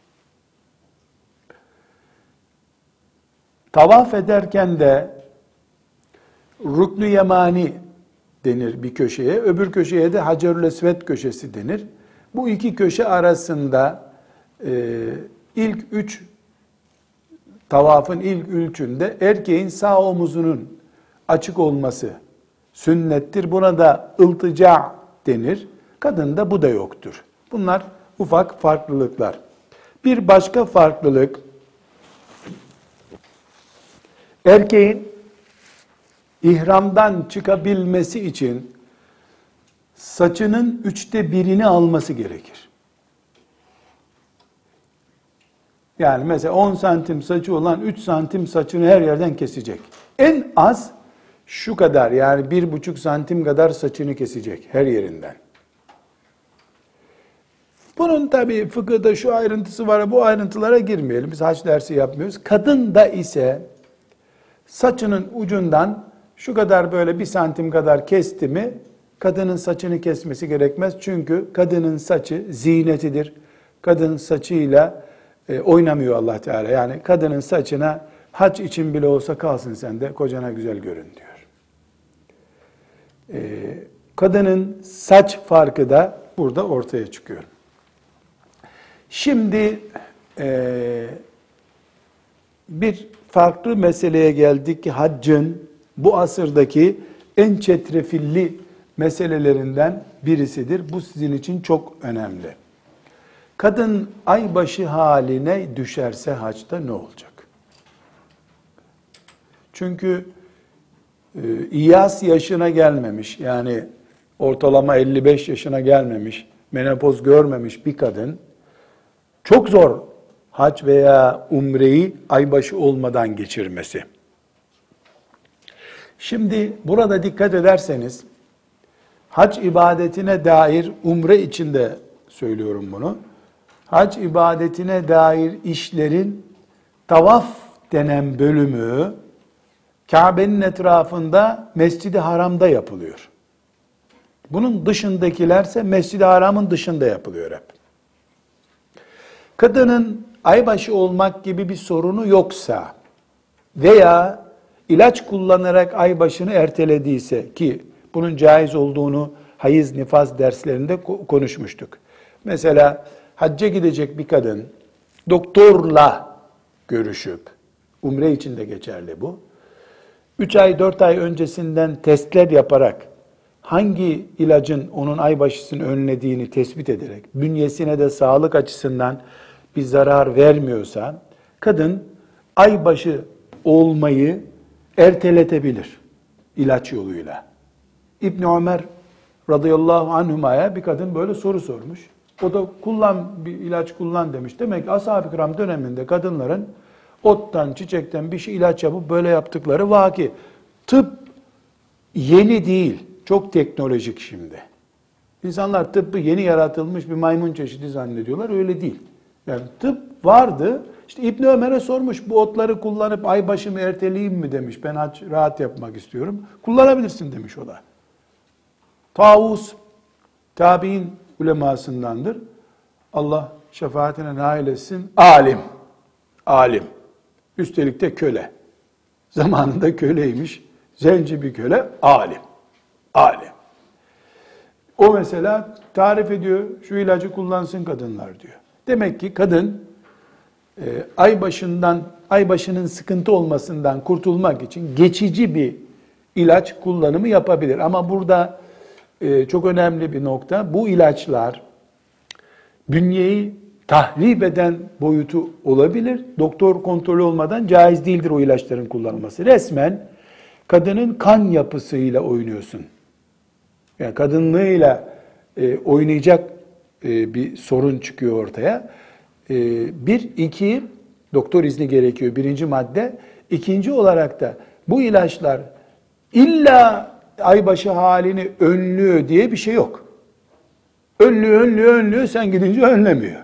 Tavaf ederken de Rukn-ı Yemani denir bir köşeye, öbür köşeye de Hacerül Esved köşesi denir. Bu iki köşe arasında ilk üç tavafın ilk üçünde erkeğin sağ omuzunun açık olması sünnettir. Buna da ıltıca denir. Kadında bu da yoktur. Bunlar ufak farklılıklar. Bir başka farklılık, erkeğin ihramdan çıkabilmesi için saçının 1/3'ünü alması gerekir. Yani mesela 10 santim saçı olan 3 santim saçını her yerden kesecek. En az şu kadar, yani 1,5 santim kadar saçını kesecek her yerinden. Bunun tabii fıkıhta şu ayrıntısı var, bu ayrıntılara girmeyelim. Biz hac dersi yapmıyoruz. Kadın da ise saçının ucundan şu kadar, böyle 1 santim kadar kesti mi, kadının saçını kesmesi gerekmez. Çünkü kadının saçı zinetidir. Kadın saçıyla oynamıyor Allah Teala. Yani kadının saçına hac için bile olsa kalsın sen de kocana güzel görün diyor. Kadının saç farkı da burada ortaya çıkıyor. Şimdi bir farklı meseleye geldik ki haccın bu asırdaki en çetrefilli meselelerinden birisidir. Bu sizin için çok önemli. Kadın aybaşı haline düşerse haçta ne olacak? Çünkü İyas yaşına gelmemiş, yani ortalama 55 yaşına gelmemiş, menopoz görmemiş bir kadın çok zor hac veya umreyi aybaşı olmadan geçirmesi. Şimdi burada dikkat ederseniz hac ibadetine dair, umre için de söylüyorum bunu, hac ibadetine dair işlerin tavaf denen bölümü Kabe'nin etrafında Mescid-i Haram'da yapılıyor. Bunun dışındakilerse Mescid-i Haram'ın dışında yapılıyor hep. Kadının aybaşı olmak gibi bir sorunu yoksa veya ilaç kullanarak aybaşını ertelediyse, ki bunun caiz olduğunu hayız nifas derslerinde konuşmuştuk. Mesela hacca gidecek bir kadın doktorla görüşüp, umre için de geçerli bu, 3 ay 4 ay öncesinden testler yaparak hangi ilacın onun aybaşısını önlediğini tespit ederek bünyesine de sağlık açısından bir zarar vermiyorsa kadın aybaşı olmayı erteletebilir ilaç yoluyla. İbn Ömer radıyallahu anhuma'ya bir kadın böyle soru sormuş. O da bir ilaç kullan demiş. Demek ki ashab-ı kiram döneminde kadınların ottan, çiçekten bir şey ilaç yapıp böyle yaptıkları vaki. Tıp yeni değil, çok teknolojik şimdi. İnsanlar tıbbı yeni yaratılmış bir maymun çeşidi zannediyorlar, öyle değil. Yani tıp vardı. İşte İbn Ömer'e sormuş, bu otları kullanıp aybaşımı erteleyeyim mi demiş. Ben rahat yapmak istiyorum. Kullanabilirsin demiş o da. Tavus, tabi'in ulemasındandır. Allah şefaatine nail etsin. Alim. Alim. Üstelik de köle. Zamanında köleymiş. Zenci bir köle. Alim. Alim. O mesela tarif ediyor. Şu ilacı kullansın kadınlar diyor. Demek ki kadın aybaşının sıkıntı olmasından kurtulmak için geçici bir ilaç kullanımı yapabilir. Ama burada çok önemli bir nokta, bu ilaçlar bünyeyi tahrip eden boyutu olabilir. Doktor kontrolü olmadan caiz değildir o ilaçların kullanılması. Resmen kadının kan yapısıyla oynuyorsun. Yani kadınlığıyla oynayacak bir sorun çıkıyor ortaya. Bir, iki, Doktor izni gerekiyor, birinci madde. İkinci olarak da bu ilaçlar illa aybaşı halini önlüyor diye bir şey yok. Önlüyor, sen gidince önlemiyor.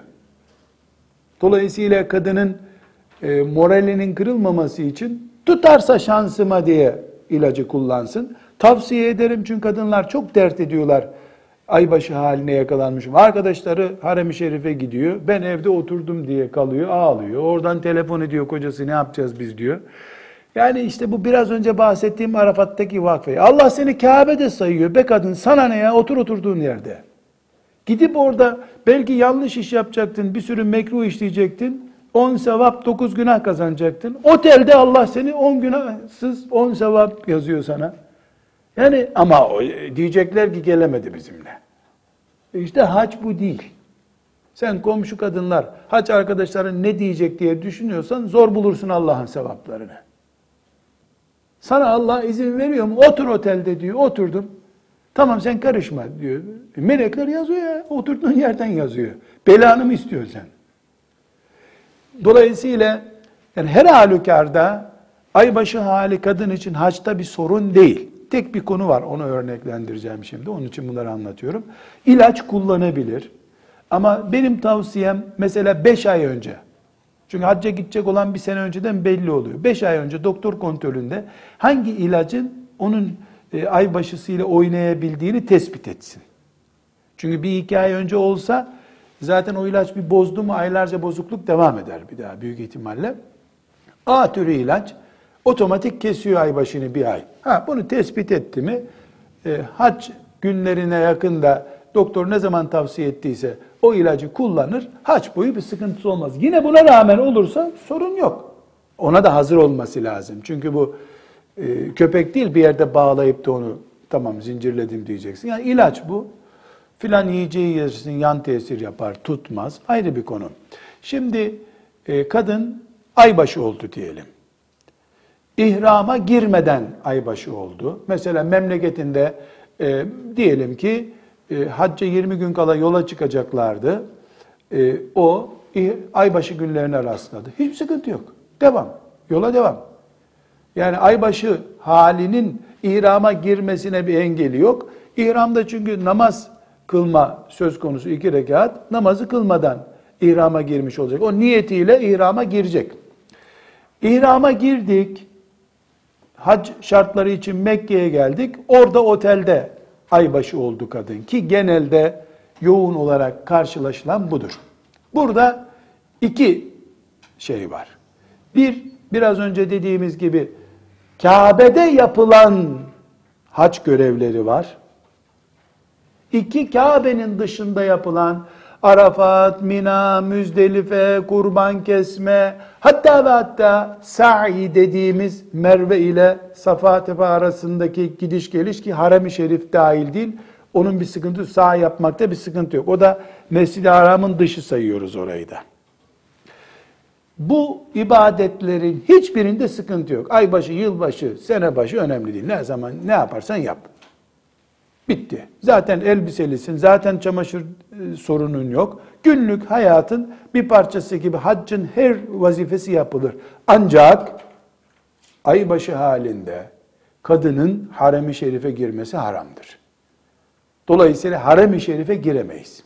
Dolayısıyla kadının moralinin kırılmaması için tutarsa şansıma diye ilacı kullansın. Tavsiye ederim çünkü kadınlar çok dert ediyorlar. Aybaşı haline yakalanmışım. Arkadaşları harem-i şerife gidiyor. Ben evde oturdum diye kalıyor, ağlıyor. Oradan telefon ediyor kocası, ne yapacağız biz diyor. Yani işte bu biraz önce bahsettiğim Arafat'taki vakfe. Allah seni Kabe'de sayıyor. Be kadın, sana ne ya, otur oturduğun yerde. Gidip orada belki yanlış iş yapacaktın, bir sürü mekruh işleyecektin. 10 sevap 9 günah kazanacaktın. Otelde Allah seni 10 günahsız 10 sevap yazıyor sana. Yani ama diyecekler ki gelemedi bizimle. İşte hac bu değil. Sen komşu kadınlar, hac arkadaşların ne diyecek diye düşünüyorsan zor bulursun Allah'ın sevaplarını. Sana Allah izin veriyor mu? Otur otelde diyor. Oturdum. Tamam sen karışma diyor. Melekler yazıyor ya. Oturduğun yerden yazıyor. Belanı mı istiyorsun sen? Dolayısıyla yani her halükarda aybaşı hali kadın için haçta bir sorun değil. Tek bir konu var, onu örneklendireceğim şimdi. Onun için bunları anlatıyorum. İlaç kullanabilir. Ama benim tavsiyem mesela 5 ay önce. Çünkü hacca gidecek olan bir sene önceden belli oluyor. 5 ay önce doktor kontrolünde hangi ilacın onun aybaşısıyla oynayabildiğini tespit etsin. Çünkü bir iki ay önce olsa zaten o ilaç bir bozdu mu aylarca bozukluk devam eder bir daha büyük ihtimalle. A türü ilaç otomatik kesiyor aybaşını bir ay. Bunu tespit etti mi hac günlerine yakında doktor ne zaman tavsiye ettiyse o ilacı kullanır. Hac boyu bir sıkıntısı olmaz. Yine buna rağmen olursa sorun yok. Ona da hazır olması lazım. Çünkü bu köpek değil bir yerde bağlayıp da onu tamam zincirledim diyeceksin. Yani ilaç bu. Filan yiyeceği yersin, yan tesir yapar, tutmaz. Ayrı bir konu. Şimdi kadın aybaşı oldu diyelim. İhrama girmeden aybaşı oldu. Mesela memleketinde diyelim ki hacca 20 gün kala yola çıkacaklardı. O aybaşı günlerine rastladı. Hiçbir sıkıntı yok. Devam. Yola devam. Yani aybaşı halinin ihrama girmesine bir engeli yok. İhramda çünkü namaz kılma söz konusu 2 rekat. Namazı kılmadan ihrama girmiş olacak. O niyetiyle ihrama girecek. İhrama girdik. Hac şartları için Mekke'ye geldik. Orada otelde aybaşı oldu kadın ki genelde yoğun olarak karşılaşılan budur. Burada 2 şey var. Biraz önce dediğimiz gibi Kabe'de yapılan hac görevleri var. 2 Kabe'nin dışında yapılan Arafat, Mina, Müzdelife, kurban kesme, hatta ve hatta sa'i dediğimiz Merve ile Safa Tepe arasındaki gidiş geliş ki Harem-i Şerif dahil değil. Onun bir sıkıntı, sa'i yapmakta bir sıkıntı yok. O da Mescid-i Haram'ın dışı sayıyoruz orayı da. Bu ibadetlerin hiçbirinde sıkıntı yok. Aybaşı, yılbaşı, senebaşı önemli değil. Ne zaman ne yaparsan yap. Bitti. Zaten elbiselisin, zaten çamaşır sorunun yok. Günlük hayatın bir parçası gibi haccın her vazifesi yapılır. Ancak aybaşı halinde kadının harem-i şerife girmesi haramdır. Dolayısıyla harem-i şerife giremeyiz.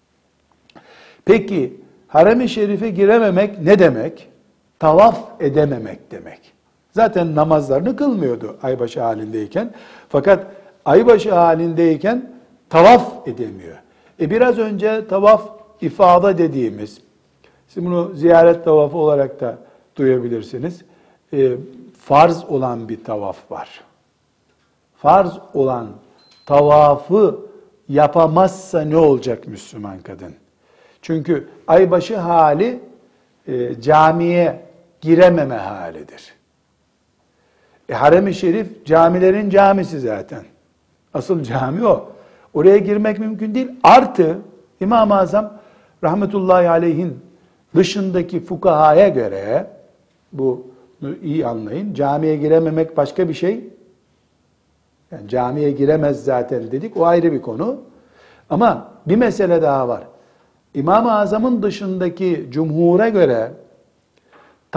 Peki harem-i şerife girememek ne demek? Tavaf edememek demek. Zaten namazlarını kılmıyordu aybaşı halindeyken. Fakat aybaşı halindeyken tavaf edemiyor. Biraz önce tavaf ifade dediğimiz, siz bunu ziyaret tavafı olarak da duyabilirsiniz. Farz olan bir tavaf var. Farz olan tavafı yapamazsa ne olacak Müslüman kadın? Çünkü aybaşı hali camiye girememe halidir. Harem-i Şerif camilerin camisi zaten. Asıl cami o. Oraya girmek mümkün değil. Artı İmam-ı Azam rahmetullahi aleyhin dışındaki fukahaya göre, bunu iyi anlayın, camiye girememek başka bir şey. Yani camiye giremez zaten dedik, o ayrı bir konu. Ama bir mesele daha var. İmam-ı Azam'ın dışındaki cumhura göre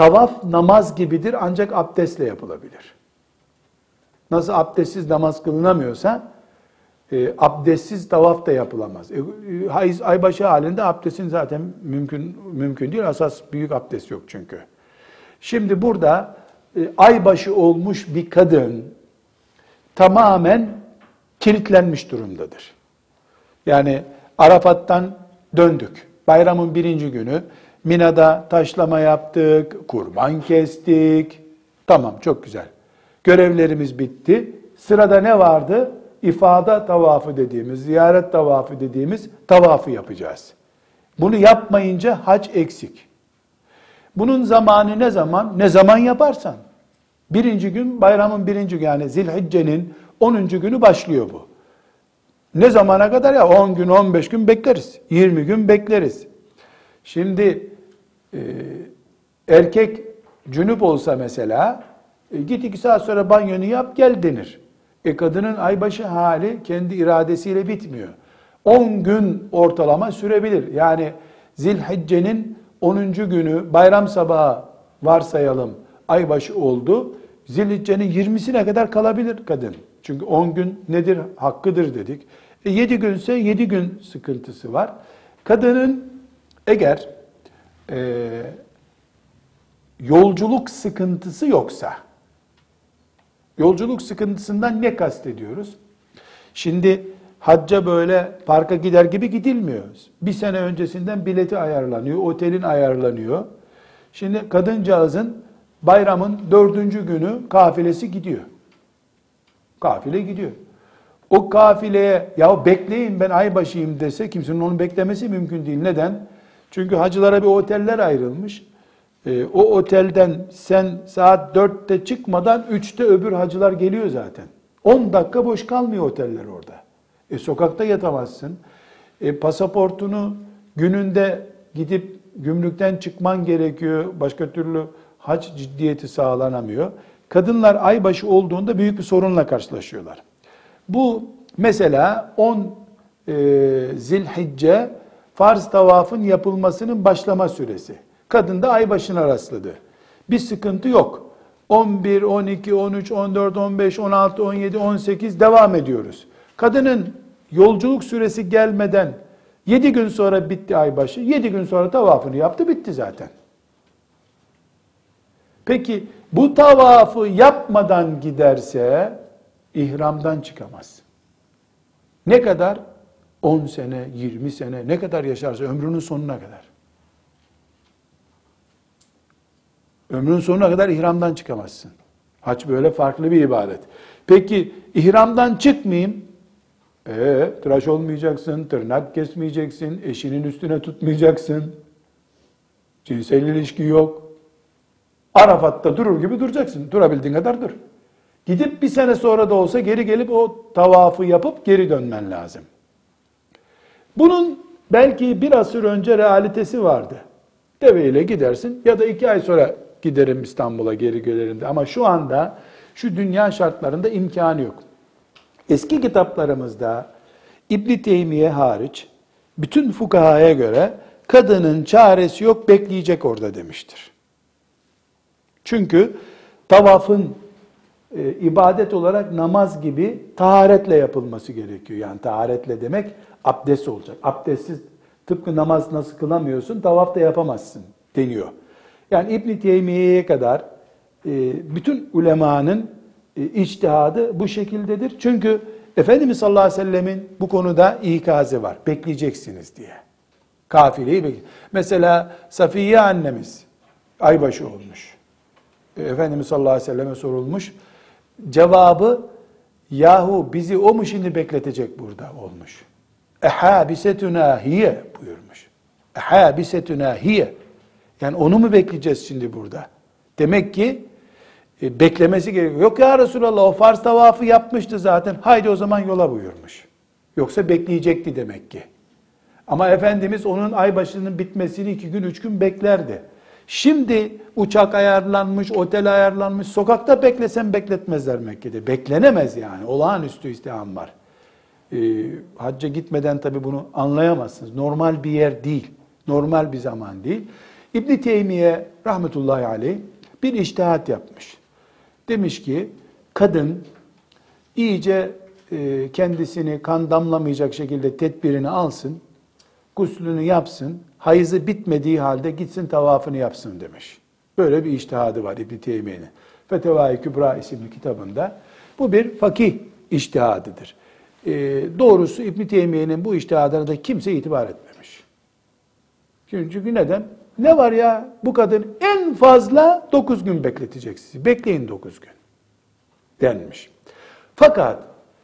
Tavaf namaz gibidir ancak abdestle yapılabilir. Nasıl abdestsiz namaz kılınamıyorsa abdestsiz tavaf da yapılamaz. Aybaşı halinde abdestin zaten mümkün değil. Asas büyük abdest yok çünkü. Şimdi burada aybaşı olmuş bir kadın tamamen kilitlenmiş durumdadır. Yani Arafat'tan döndük. Bayramın birinci günü Mina'da taşlama yaptık, kurban kestik. Tamam, çok güzel. Görevlerimiz bitti. Sırada ne vardı? İfada tavafı dediğimiz, ziyaret tavafı dediğimiz tavafı yapacağız. Bunu yapmayınca hac eksik. Bunun zamanı ne zaman? Ne zaman yaparsan. Birinci gün, bayramın birinci günü, yani Zilhicce'nin 10. günü başlıyor bu. Ne zamana kadar ya? 10 gün, 15 gün bekleriz. 20 gün bekleriz. Şimdi erkek cünüp olsa mesela, git 2 saat sonra banyonu yap gel denir. Kadının aybaşı hali kendi iradesiyle bitmiyor. 10 gün ortalama sürebilir. Yani Zilhicce'nin 10. günü bayram sabahı varsayalım aybaşı oldu. Zilhicce'nin 20'sine kadar kalabilir kadın. Çünkü 10 gün nedir? Hakkıdır dedik. 7 günse 7 gün sıkıntısı var. Kadının eğer yolculuk sıkıntısı yoksa, yolculuk sıkıntısından ne kastediyoruz? Şimdi hacca böyle parka gider gibi gidilmiyor. Bir sene öncesinden bileti ayarlanıyor, otelin ayarlanıyor. Şimdi kadıncağızın bayramın 4. günü kafilesi gidiyor. Kafile gidiyor. O kafileye ya bekleyin ben aybaşıyım dese kimsenin onu beklemesi mümkün değil. Neden? Çünkü hacılara bir oteller ayrılmış. O otelden sen saat 4'te çıkmadan 3'te öbür hacılar geliyor zaten. 10 dakika boş kalmıyor oteller orada. Sokakta yatamazsın. Pasaportunu gününde gidip gümrükten çıkman gerekiyor. Başka türlü hac ciddiyeti sağlanamıyor. Kadınlar aybaşı olduğunda büyük bir sorunla karşılaşıyorlar. Bu mesela 10 Zilhicce farz tavafın yapılmasının başlama süresi. Kadın da aybaşına rastladı. Bir sıkıntı yok. 11, 12, 13, 14, 15, 16, 17, 18 devam ediyoruz. Kadının yolculuk süresi gelmeden 7 gün sonra bitti aybaşı. 7 gün sonra tavafını yaptı, bitti zaten. Peki bu tavafı yapmadan giderse ihramdan çıkamaz. Ne kadar? 10 sene, 20 sene, ne kadar yaşarsa ömrünün sonuna kadar. Ömrünün sonuna kadar ihramdan çıkamazsın. Hac böyle farklı bir ibadet. Peki ihramdan çıkmayayım. Tıraş olmayacaksın, tırnak kesmeyeceksin, eşinin üstüne tutmayacaksın. Cinsel ilişki yok. Arafat'ta durur gibi duracaksın. Durabildiğin kadar dur. Gidip bir sene sonra da olsa geri gelip o tavafı yapıp geri dönmen lazım. Bunun belki bir asır önce realitesi vardı. Deveyle gidersin ya da 2 ay sonra giderim İstanbul'a geri gelirim de. Ama şu anda şu dünya şartlarında imkanı yok. Eski kitaplarımızda İbn Teymiye hariç bütün fukahaya göre kadının çaresi yok, bekleyecek orada demiştir. Çünkü tavafın ibadet olarak namaz gibi taharetle yapılması gerekiyor. Yani taharetle demek abdest olacak. Abdestsiz tıpkı namaz nasıl kılamıyorsun, tavaf da yapamazsın deniyor. Yani İbn Teymiye'ye kadar bütün ulemanın içtihadı bu şekildedir. Çünkü Efendimiz sallallahu aleyhi ve sellemin bu konuda ikazı var. Bekleyeceksiniz diye. Kafileyi bekle. Mesela Safiye annemiz aybaşı olmuş. Efendimiz sallallahu aleyhi ve selleme sorulmuş. Cevabı yahu bizi o mu şimdi bekletecek burada olmuş. Ehabisetuna hiye buyurmuş. Ehabisetuna hiye. Yani onu mu bekleyeceğiz şimdi burada? Demek ki beklemesi gerekiyor. Yok ya Resulallah o farz tavafı yapmıştı zaten. Haydi o zaman yola buyurmuş. Yoksa bekleyecekti demek ki. Ama Efendimiz onun aybaşının bitmesini 2 gün 3 gün beklerdi. Şimdi uçak ayarlanmış, otel ayarlanmış, sokakta beklesen bekletmezler Mekke'de. Beklenemez yani. Olağanüstü izdiham var. Hacca gitmeden tabii bunu anlayamazsınız. Normal bir yer değil. Normal bir zaman değil. İbn Teymiye rahmetullahi aleyh bir içtihat yapmış. Demiş ki kadın iyice kendisini kan damlamayacak şekilde tedbirini alsın, guslünü yapsın, hayızı bitmediği halde gitsin tavafını yapsın demiş. Böyle bir içtihadı var İbn Teymiye'nin. Fetevai Kübra isimli kitabında. Bu bir fakih içtihadıdır. Doğrusu İbn Teymiye'nin bu içtihadına da kimse itibar etmemiş. Çünkü neden? Ne var ya, bu kadın en fazla 9 gün bekletecek sizi. Bekleyin 9 gün denmiş. Fakat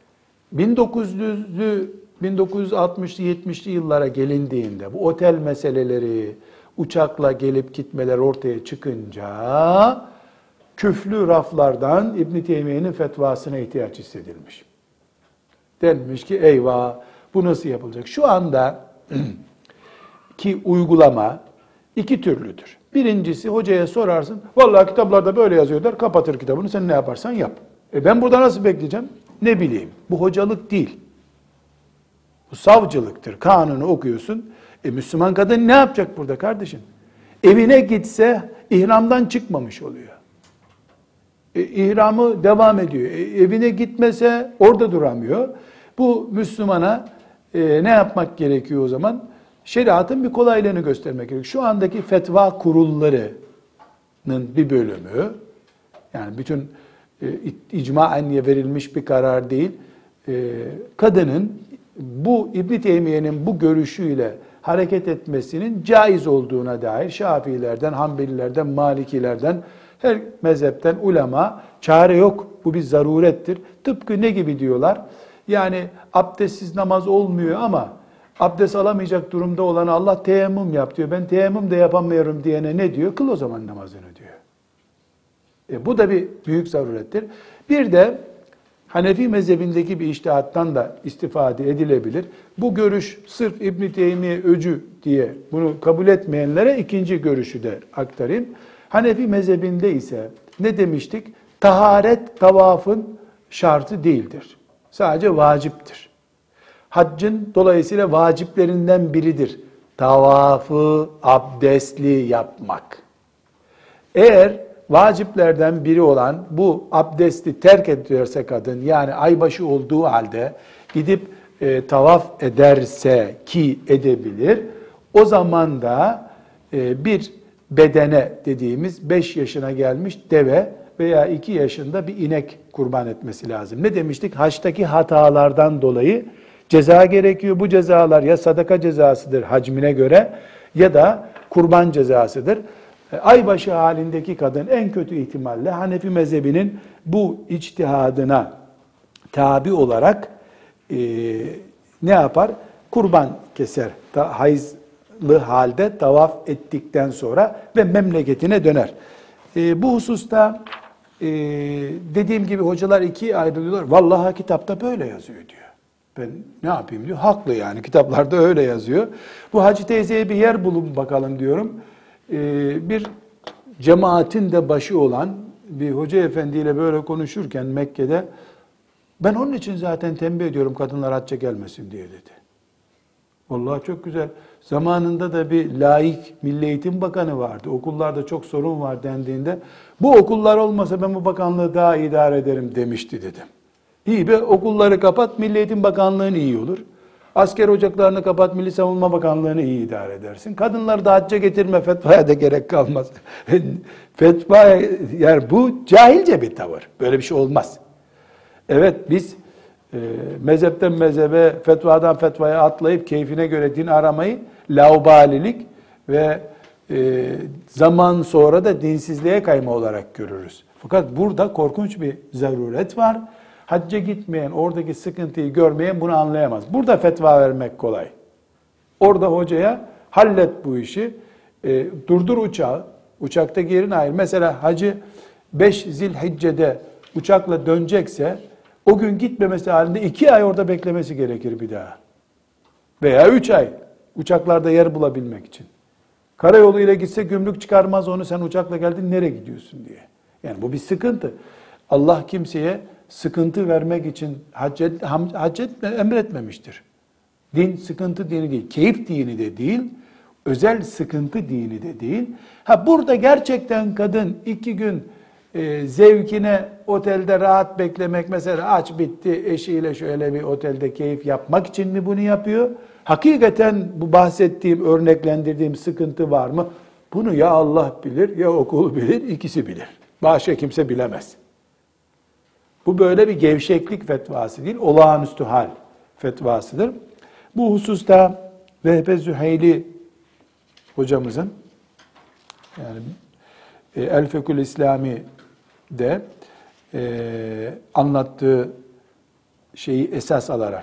1960'lı 70'li yıllara gelindiğinde bu otel meseleleri, uçakla gelip gitmeler ortaya çıkınca küflü raflardan İbn Teymiye'nin fetvasına ihtiyaç hissedilmiş. Denmiş ki eyvah, bu nasıl yapılacak? Şu anda ki uygulama iki türlüdür. Birincisi, hocaya sorarsın, vallahi kitaplarda böyle yazıyor der, kapatır kitabını, sen ne yaparsan yap. Ben burada nasıl bekleyeceğim? Ne bileyim. Bu hocalık değil. Bu savcılıktır. Kanunu okuyorsun. Müslüman kadın ne yapacak burada kardeşim? Evine gitse ihramdan çıkmamış oluyor. İhramı devam ediyor. Evine gitmese orada duramıyor. Bu Müslümana ne yapmak gerekiyor o zaman? Şeriatın bir kolaylığını göstermek gerekiyor. Şu andaki fetva kurullarının bir bölümü, yani bütün icmaen verilmiş bir karar değil, kadının bu İbn Teymiye'nin bu görüşüyle hareket etmesinin caiz olduğuna dair Şafiilerden, Hanbelilerden, Malikilerden, her mezhepten ulema çare yok. Bu bir zarurettir. Tıpkı ne gibi diyorlar? Yani abdestsiz namaz olmuyor ama abdest alamayacak durumda olan Allah teyemmüm yap diyor. Ben teyemmüm de yapamıyorum diyene ne diyor? Kıl o zaman namazını diyor. Bu da bir büyük zarurettir. Bir de Hanefi mezhebindeki bir içtihattan da istifade edilebilir. Bu görüş sırf İbn Teymiye öcü diye bunu kabul etmeyenlere ikinci görüşü de aktarayım. Hanefi mezhebinde ise ne demiştik? Taharet tavafın şartı değildir. Sadece vaciptir. Haccın dolayısıyla vaciplerinden biridir. Tavafı abdestli yapmak. Eğer vaciplerden biri olan bu abdesti terk ediyorsa kadın, yani aybaşı olduğu halde gidip tavaf ederse ki edebilir, o zaman da bir bedene dediğimiz 5 yaşına gelmiş deve veya 2 yaşında bir inek kurban etmesi lazım. Ne demiştik? Haçtaki hatalardan dolayı ceza gerekiyor. Bu cezalar ya sadaka cezasıdır hacmine göre ya da kurban cezasıdır. Aybaşı halindeki kadın en kötü ihtimalle Hanefi mezhebinin bu içtihadına tabi olarak ne yapar? Kurban keser. Hayızlı halde tavaf ettikten sonra ve memleketine döner. Bu hususta dediğim gibi hocalar ikiye ayrılıyorlar. Vallahi kitapta böyle yazıyor diyor. Ben ne yapayım diyor. Haklı yani, kitaplarda öyle yazıyor. Bu Hacı teyzeye bir yer bulun bakalım diyorum. Bir cemaatin de başı olan bir hoca efendiyle böyle konuşurken Mekke'de, ben onun için zaten tembih ediyorum kadınlar hacca gelmesin diye dedi. Vallahi çok güzel. Zamanında da bir laik Milli Eğitim Bakanı vardı. Okullarda çok sorun var dendiğinde, bu okullar olmasa ben bu bakanlığı daha iyi idare ederim demişti dedim. İyi be, okulları kapat, Milli Eğitim Bakanlığı'nı iyi olur. Asker ocaklarını kapat, Milli Savunma Bakanlığı'nı iyi idare edersin. Kadınları da hacca getirme, fetvaya da gerek kalmaz. Fetva, yani bu cahilce bir tavır. Böyle bir şey olmaz. Evet, biz mezhepten mezhebe, fetvadan fetvaya atlayıp keyfine göre din aramayı laubalilik ve zaman sonra da dinsizliğe kayma olarak görürüz. Fakat burada korkunç bir zaruret var. Hacca gitmeyen, oradaki sıkıntıyı görmeyen bunu anlayamaz. Burada fetva vermek kolay. Orada hocaya hallet bu işi, durdur uçağı, uçaktaki yerini ayır. Mesela hacı 5 Zilhicce'de uçakla dönecekse, o gün gitmemesi halinde 2 ay orada beklemesi gerekir bir daha. Veya 3 ay uçaklarda yer bulabilmek için. Karayoluyla gitse gümrük çıkarmaz onu, sen uçakla geldin nereye gidiyorsun diye. Yani bu bir sıkıntı. Allah kimseye sıkıntı vermek için hac emretmemiştir. Din sıkıntı dini değil, keyif dini de değil. özel sıkıntı dini de değil. Burada gerçekten kadın 2 gün zevkine otelde rahat beklemek, mesela aç bitti eşiyle şöyle bir otelde keyif yapmak için mi bunu yapıyor? Hakikaten bu bahsettiğim, örneklendirdiğim sıkıntı var mı? Bunu ya Allah bilir ya okul bilir, ikisi bilir. Başka kimse bilemez. Bu böyle bir gevşeklik fetvası değil, olağanüstü hal fetvasıdır. Bu hususta Vehbe Züheyli hocamızın, yani El Fekül İslami'de anlattığı şeyi esas alarak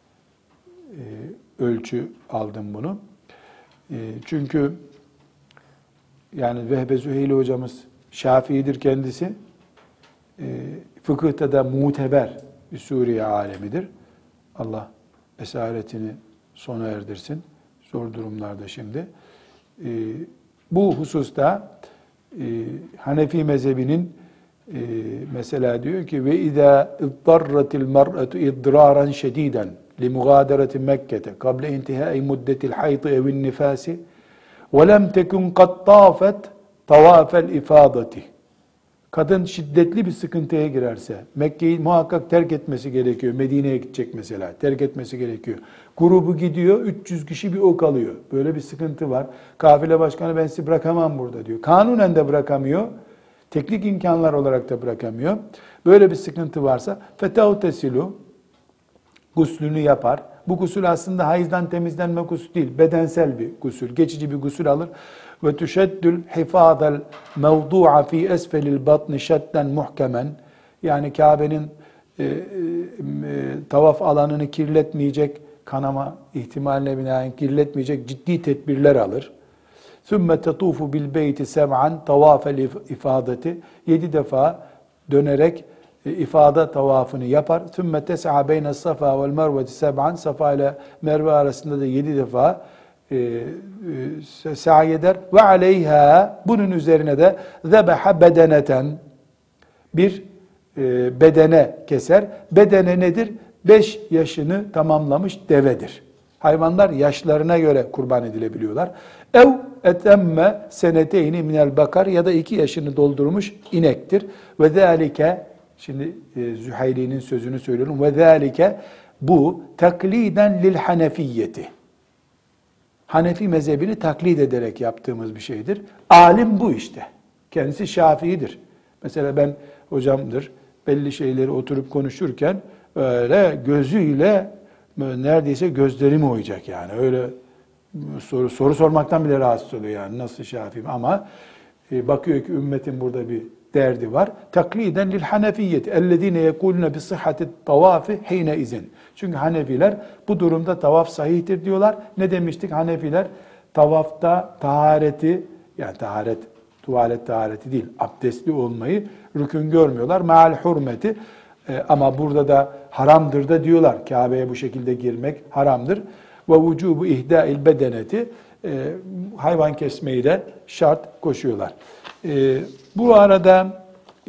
ölçü aldım bunu. Çünkü yani Vehbe Züheyli hocamız Şafii'dir kendisi. Fıkıhta da muteber bir Suriye alemidir. Allah esaretini sona erdirsin. Zor durumlarda şimdi. Bu hususta Hanefi mezhebinin mesela diyor ki ve izâ iddarratil mer'atu idraran şedîden li mugâdereti Mekke'te kable intihâi muddetil haytı evin nifâsi ve lem tekun kad tâfet tavâfel ifâdati. Kadın şiddetli bir sıkıntıya girerse, Mekke'yi muhakkak terk etmesi gerekiyor. Medine'ye gidecek mesela, terk etmesi gerekiyor. Grubu gidiyor, 300 kişi bir ok alıyor. Böyle bir sıkıntı var. Kafile başkanı ben sizi bırakamam burada diyor. Kanunen de bırakamıyor. Teknik imkanlar olarak da bırakamıyor. Böyle bir sıkıntı varsa fetevtesilu, guslünü yapar. Bu gusül aslında hayızdan temizlenme gusül değil, bedensel bir gusül, geçici bir gusül alır. Ve tuşeddül hifadel mevdu'a fi esfelil batni şedden muhkemen. Yani Kabe'nin tavaf alanını kirletmeyecek, kanama ihtimaline binaen kirletmeyecek ciddi tedbirler alır. ثُمَّ تَطُوفُ بِالْبَيْتِ سَبْعًا تَوَافَ الْاِفَادَةِ 7 defa dönerek ifade tavafını yapar. ثُمَّ تَسْعَى بَيْنَ الصَّفَا وَالْمَرْوَةِ سَبْعًا Safa ile Merve arasında da 7 defa sa'i eder. Ve aleyha, bunun üzerine de zebeha bedeneten, bir bedene keser. Bedene nedir? 5 yaşını tamamlamış devedir. Hayvanlar yaşlarına göre kurban edilebiliyorlar. Ev etemme seneteyni minel bakar, ya da 2 yaşını doldurmuş inektir. Ve zâlike, şimdi Züheyli'nin sözünü söylüyorum. Ve zâlike, bu takliden lil hanefiyyeti. Hanefi mezhebini taklit ederek yaptığımız bir şeydir. Alim bu işte. Kendisi Şafii'dir. Mesela ben hocamdır. Belli şeyleri oturup konuşurken öyle gözüyle neredeyse gözlerimi oyacak yani. Öyle soru sormaktan bile rahatsız oluyor yani. Nasıl Şafii? Ama bakıyor ki ümmetin burada bir derdi var. Takliden lil hanefiyyeti ellezine yekulune bi sıhhati tavafi hine izin. Çünkü Hanefiler bu durumda tavaf sahihtir diyorlar. Ne demiştik? Hanefiler tavafta tahareti, yani taharet, tuvalet tahareti değil, abdestli olmayı rükün görmüyorlar. Meal hurmeti, ama burada da haramdır da diyorlar. Kabe'ye bu şekilde girmek haramdır. Ve vücubu ihda'il bedeneti, hayvan kesmeyi de şart koşuyorlar. Bu arada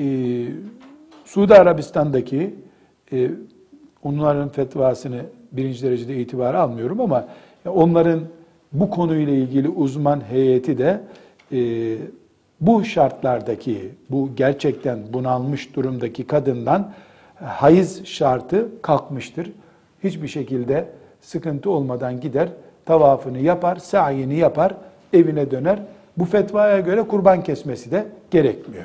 Suudi Arabistan'daki onların fetvasını birinci derecede itibara almıyorum ama onların bu konuyla ilgili uzman heyeti de bu şartlardaki, bu gerçekten bunalmış durumdaki kadından hayız şartı kalkmıştır. Hiçbir şekilde sıkıntı olmadan gider, tavafını yapar, sa'yini yapar, evine döner. Bu fetvaya göre kurban kesmesi de gerekmiyor.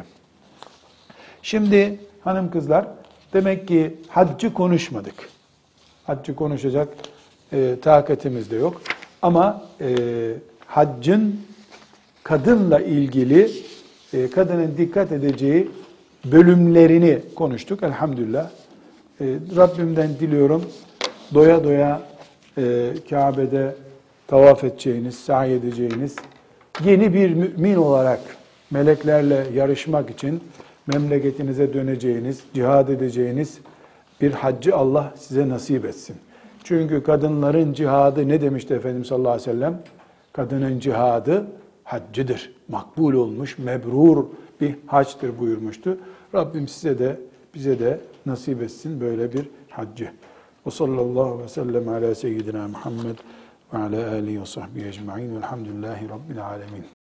Şimdi hanım kızlar, demek ki haccı konuşmadık. Haccı konuşacak takatimiz de yok. Ama haccın kadınla ilgili kadının dikkat edeceği bölümlerini konuştuk elhamdülillah. Rabbimden diliyorum doya doya Kabe'de tavaf edeceğiniz, sa'i edeceğiniz, yeni bir mümin olarak meleklerle yarışmak için memleketinize döneceğiniz, cihad edeceğiniz bir haccı Allah size nasip etsin. Çünkü kadınların cihadı ne demişti Efendimiz sallallahu aleyhi ve sellem? Kadının cihadı haccıdır. Makbul olmuş, mebrur bir haçtır buyurmuştu. Rabbim size de bize de nasip etsin böyle bir haccı. Ve sallallahu aleyhi ve sellem ala seyyidina Muhammed ve ala alihi ve sahbihi ecma'in velhamdülillahi rabbil alemin.